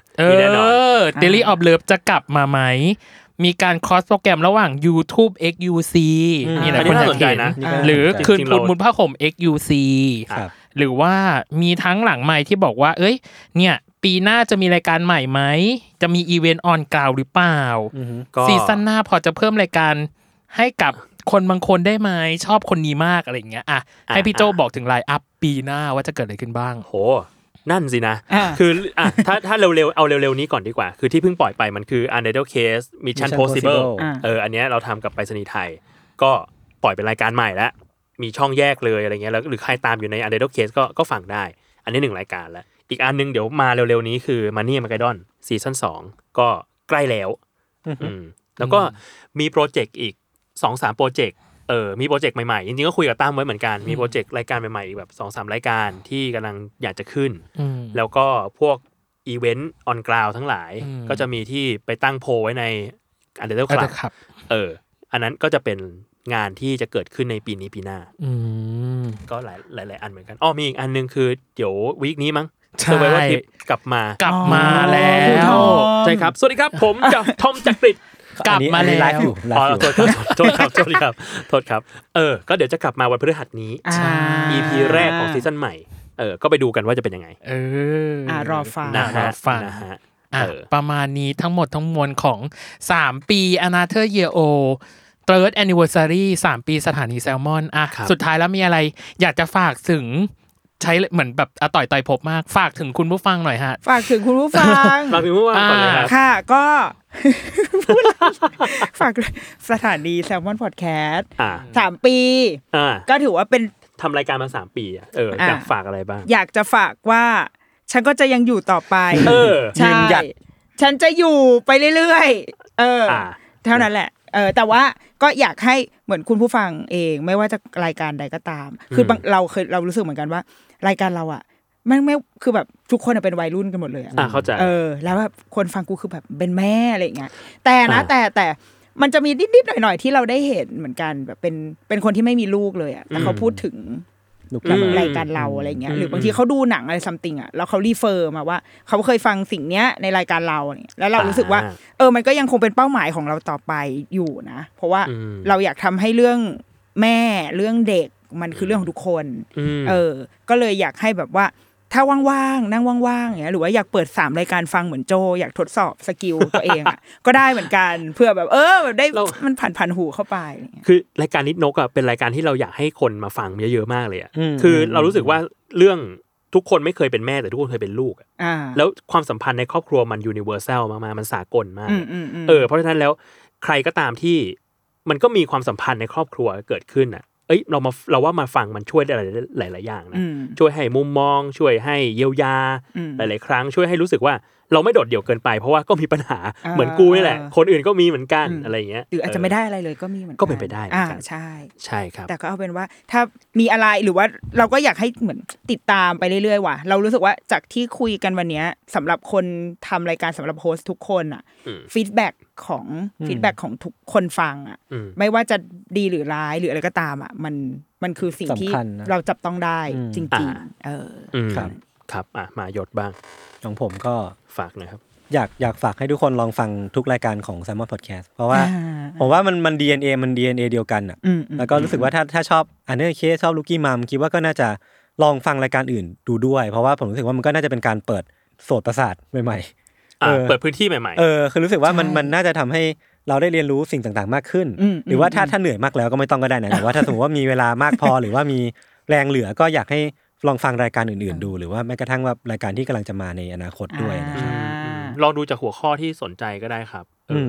Daily of Love จะกลับมาไหมมีการคอสโปรแกรมระหว่าง YouTube XUC นี่แหละคนอยากเห็นหรือคืนมุนผ้าห่ม XUC หรือว่ามีทั้งหลังใหม่ที่บอกว่าเอ้ยเนี่ยปีหน้าจะมีรายการใหม่ไหมจะมีอีเวนต์ออนกราวหรือเปล่าซีซั่นหน้าพอจะเพิ่มรายการให้กับคนบางคนได้ไหมชอบคนนี้มากอะไรอย่างเงี้ยให้พี่โจบอกถึงไลน์อัพปีหน้าว่าจะเกิดอะไรขึ้นบ้างโหนั่นสินะคือถ้าเร็วๆเอาเร็วๆนี้ก่อนดีกว่าคือที่เพิ่งปล่อยไปมันคือ Untitled Case Mission Possible อันเนี้ยเราทำกับไปรษณีย์ไทยก็ปล่อยเป็นรายการใหม่แล้วมีช่องแยกเลยอะไรเงี้ยแล้วหรือใครตามอยู่ใน Untitled Case ก็ฟังได้อันนี้1รายการแล้วอีกอันนึงเดี๋ยวมาเร็วๆนี้คือ Money Armageddon ซีซั่น2ก็ใกล้แล้วแล้วก็มีโปรเจกต์อีก 2-3 โปรเจกต์มีโปรเจกต์ใหม่ๆจริงๆก็คุยกับตั้มไว้เหมือนกันมีโปรเจกต์รายการใหม่ๆอีกแบบ 2-3 รายการที่กำลังอยากจะขึ้นแล้วก็พวกอีเวนต์ออนกราวทั้งหลายก็จะมีที่ไปตั้งโพลไว้ใน Untitled Club อันนั้นก็จะเป็นงานที่จะเกิดขึ้นในปีนี้ปีหน้าก็หลายอันเหมือนกันมีอีกอันนึงคือเดี๋ยววีคนี้มั้งใช่ว่าทิปกลับมาแล้วใช่ครับสวัสดีครับผมทอมจักริดกลับมาแล้วโทษครับก็เดี๋ยวจะกลับมาวันพฤหัสนี้ EP แรกของซีซั่นใหม่ก็ไปดูกันว่าจะเป็นยังไงรอฟังนะฮะประมาณนี้ทั้งหมดทั้งมวลของ3ปี Another Year O Third Anniversary 3 ปีสถานีแซลมอนสุดท้ายแล้วมีอะไรอยากจะฝากถึงใช้เหมือนแบบต่อยพบมากฝากถึงคุณผู้ฟังหน่อยฮะฝากถึงคุณผู้ฟังฝากถึงผู้ฟังก่อนเลยครับค่ะก็ฝากสถานีแซลมอนพอดแคสต์3 ปีก็ถือว่าเป็นทำรายการมา3 ปีอยากฝากอะไรบ้างอยากจะฝากว่าฉันก็จะยังอยู่ต่อไปยืนหยัดฉันจะอยู่ไปเรื่อยๆเท่านั้นแหละแต่ว่าก็อยากให้เหมือนคุณผู้ฟังเองไม่ว่าจะรายการใดก็ตามคือเรารู้สึกเหมือนกันว่ารายการเราอ่ะไม่คือแบบทุกคนเป็นวัยรุ่นกันหมดเลยเข้าใจแล้วแบบคนฟังกูคือแบบเป็นแม่อะไรอย่างเงี้ยแต่มันจะมีนิดๆหน่อยๆที่เราได้เห็นเหมือนกันแบบเป็นคนที่ไม่มีลูกเลยอ่ะแต่เขาพูดถึงรายการเราอะไรเงี้ยหรือบางทีเขาดูหนังอะไรซัมติงอ่ะแล้วเขารีเฟอร์มาว่าเขาเคยฟังสิ่งเนี้ยในรายการเราเนี่ยแล้วเรารู้สึกว่ามันก็ยังคงเป็นเป้าหมายของเราต่อไปอยู่นะเพราะว่าเราอยากทำให้เรื่องแม่เรื่องเด็กมันคือเรื่องของทุกคนก็เลยอยากให้แบบว่าถ้าว่างๆนั่งว่างๆอย่างเงี้ยหรือว่าอยากเปิด3รายการฟังเหมือนโจอยากทดสอบสกิลตัวเองอ่ะก็ได้เหมือนกันเพื่อแบบแบบได้มันผ่านหูเข้าไปคือรายการนิดนกอ่ะเป็นรายการที่เราอยากให้คนมาฟังเยอะๆมากเลยอ่ะคือเรารู้สึกว่าเรื่องทุกคนไม่เคยเป็นแม่แต่ทุกคนเคยเป็นลูกแล้วความสัมพันธ์ในครอบครัวมันยูนิเวอร์แซลมากๆมันสากลมากเพราะฉะนั้นแล้วใครก็ตามที่มันก็มีความสัมพันธ์ในครอบครัวเกิดขึ้นอ่ะเราว่ามาฟังมันช่วยได้หลายอย่างนะช่วยให้มุมมองช่วยให้เยียวยาหลายๆครั้งช่วยให้รู้สึกว่าเราไม่โดดเดี่ยวเกินไปเพราะว่าก็มีปัญหาเหมือนกูนี่แหละคนอื่นก็มีเหมือนกันอะไรอย่างเงี้ยหรืออาจจะไม่ได้อะไรเลยก็มีเหมือนกันก็เป็นไปได้ใช่ใช่ครับแต่ก็เอาเป็นว่าถ้ามีอะไรหรือว่าเราก็อยากให้เหมือนติดตามไปเรื่อยๆว่ะเรารู้สึกว่าจากที่คุยกันวันนี้สำหรับคนทำรายการสำหรับโฮสทุกคนอ่ะฟีดแบ็กของทุกคนฟังอ่ะไม่ว่าจะดีหรือร้ายหรืออะไรก็ตามอ่ะมันคือสิ่งที่เราจับต้องได้จริงๆครับมายศบ้างของผมก็ฝากหน่อยครับอยากฝากให้ทุกคนลองฟังทุกรายการของ Salmon Podcast เพราะว่าผมว่ามัน DNA เดียวกันอ่ะแล้วก็รู้สึกว่าถ้าชอบอันนี้เคชอบลูกี้มัมคิดว่าก็น่าจะลองฟังรายการอื่นดูด้วยเพราะว่าผมรู้สึกว่ามันก็น่าจะเป็นการเปิดโสตประสาทใหม่ๆเปิดพื้นที่ใหม่ๆคือรู้สึกว่ามันน่าจะทำให้เราได้เรียนรู้สิ่งต่างๆมากขึ้นหรือว่าถ้าเหนื่อยมากแล้วก็ไม่ต้องก็ได้นะแต่ว่าถ้าสมมติว่ามีเวลามากพอหรือว่ามีแรงเหลือก็อยากให้ลองฟังรายการอื่นๆดูหรือว่าแม้กระทั่งว่ารายการที่กำลังจะมาในอนาคตด้วยนะครับลองดูจากหัวข้อที่สนใจก็ได้ครับ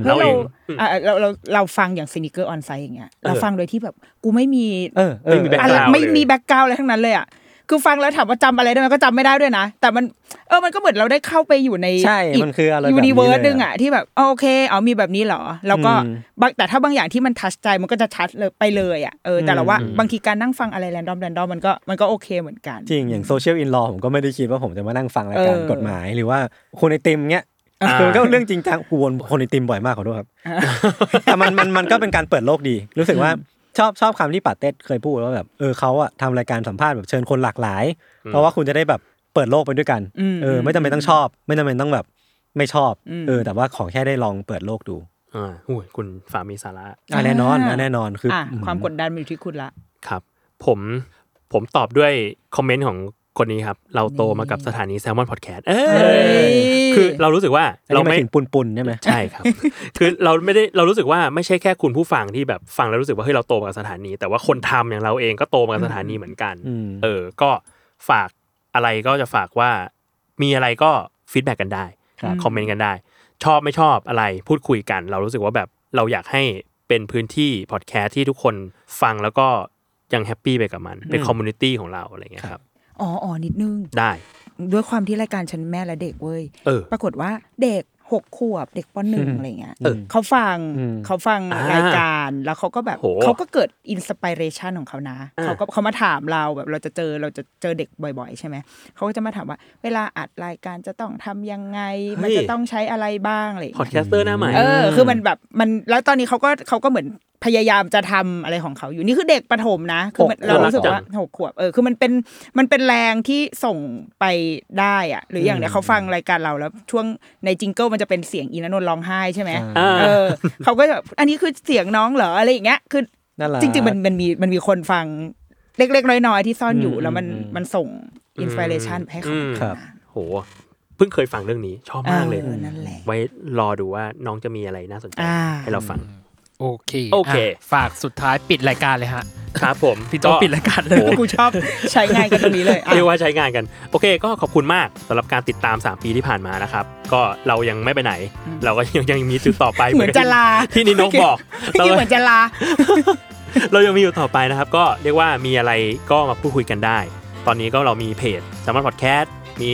เราฟังอย่าง Sneaker On Site อย่างเงี้ยเราฟังโดยที่แบบกูไม่มีไม่มีแบ็คกราวด์อะไรทั้งนั้นเลยอ่ะคือฟังแล้วถามว่าจำอะไรได้มั้ยก็จำไม่ได้ด้วยนะแต่มันมันก็เหมือนเราได้เข้าไปอยู่ในมันคืออะไรแบบนี้ยูนิเวิร์สนึงอ่ะที่แบบโอเคมีแบบนี้เหรอแล้วก็แต่ถ้าบางอย่างที่มันทัชใจมันก็จะทัชเลยไปเลยอ่ะแต่เราว่าบางทีการนั่งฟังอะไรแรนดอมมันก็โอเคเหมือนกันจริงอย่างโซเชียลอินลอผมก็ไม่ได้คิดว่าผมจะมานั่งฟังรายการกฎหมายหรือว่าคนไอติมเงี้ยมันก็เรื่องจริงจังกูวนคนไอติมบ่อยมากขอโทษครับแต่มันก็เป็นการเปิดโลกดีรู้สึกว่าชอบคำที่ปาเต้เคยพูดว่าแบบเขาอะทำรายการสัมภาษณ์แบบเชิญคนหลากหลายเพราะว่าคุณจะได้แบบเปิดโลกไปด้วยกันไม่จำเป็นต้องชอบไม่จำเป็นต้องแบบไม่ชอบแต่ว่าขอแค่ได้ลองเปิดโลกดูคุณฝามีสาระแน่นอนคือความกดดันอยู่ที่คุณละครับผมตอบด้วยคอมเมนต์ของคนนี้ครับเราโตมากับสถานี Salmon Podcast คือเรารู้สึกว่าเราไม่ถึงปุนๆใช่ไหมใช่ครับคือเรารู้สึกว่าไม่ใช่แค่คุณผู้ฟังที่แบบฟังแล้วรู้สึกว่าเฮ้ยเราโตมากับสถานีแต่ว่าคนทำอย่างเราเองก็โตมากับสถานีเหมือนกันก็ฝากอะไรก็จะฝากว่ามีอะไรก็ฟีดแบ็กกันได้คอมเมนต์กันได้ชอบไม่ชอบอะไรพูดคุยกันเรารู้สึกว่าแบบเราอยากให้เป็นพื้นที่พอดแคสต์ที่ทุกคนฟังแล้วก็ยังแฮปปี้ไปกับมันเป็นคอมมูนิตี้ของเราอะไรเงี้ยครับนิดนึงได้ด้วยความที่รายการฉันแม่และเด็กเว้ยปรากฏว่าเด็ก6 ขวบเด็กป.1 อะไรเงี้ยเขาฟังรายการแล้วเขาก็แบบเขาก็เกิดอินสปิเรชันของเขานะเขามาถามเราแบบเราจะเจอเด็กบ่อยๆใช่ไหมเขาก็จะมาถามว่าเวลาอัดรายการจะต้องทำยังไงมันจะต้องใช้อะไรบ้างอะไรพอดแคสเตอร์หน้าใหม่คือมันแบบมันแล้วตอนนี้เขาก็เหมือนพยายามจะทำอะไรของเขาอยู่นี่คือเด็กประถมนะคือเรารู้สึกว่า6 ขวบคือมันเป็นแรงที่ส่งไปได้อะหรืออย่างเนี้ยเขาฟังรายการเราแล้วช่วงในจิงเกิลมันจะเป็นเสียงอีนนท์ร้องไห้ใช่ไหมเขาก็แบบอันนี้คือเสียงน้องเหรออะไรอย่างเงี้ยคือจริงๆมันมีคนฟังเล็กๆน้อยๆที่ซ่อนอยู่แล้วมันส่งอินสปิเรชันให้เขาครับโหเพิ่งเคยฟังเรื่องนี้ชอบมากเลยไว้รอดูว่าน้องจะมีอะไรน่าสนใจให้เราฟังโอเคฝากสุดท้ายปิดรายการเลยฮะครับผมพี่โจปิดรายการเลยกูชอบใช้งานกันตรงนี้เลยเรียกว่าใช้งานกันโอเคก็ขอบคุณมากสำหรับการติดตาม3 ปีที่ผ่านมานะครับก็เรายังไม่ไปไหนเราก็ยังมีจุดต่อไปเหมือนจะลาที่นิโนบอกเราเหมือนจะลาเรายังมีอยู่ต่อไปนะครับก็เรียกว่ามีอะไรก็มาพูดคุยกันได้ตอนนี้ก็เรามีเพจ Salmon Podcast มี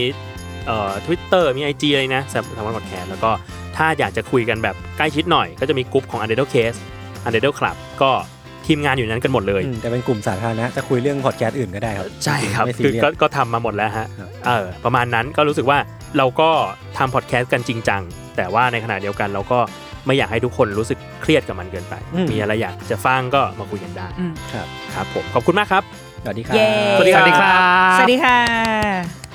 Twitter มี IG อะไรนะ Salmon Podcast แล้วก็ถ้าอยากจะคุยกันแบบใกล้ชิดหน่อยก็จะมีกลุ่มของ Undertale Case Undertale Club ก็ทีมงานอยู่นั้นกันหมดเลยแต่เป็นกลุ่มสาธารณะจะคุยเรื่องพอดแคสต์อื่นก็ได้ครับใช่ครับคือก็ทำมาหมดแล้วฮะประมาณนั้นก็รู้สึกว่าเราก็ทำพอดแคสต์กันจริงจังแต่ว่าในขณะเดียวกันเราก็ไม่อยากให้ทุกคนรู้สึกเครียดกับมันเกินไปมีอะไรอยากจะฟังก็มาคุยกันได้ครับผมขอบคุณมากครับสวัสดีครับสวัสดีครับสวัสดีค่ะ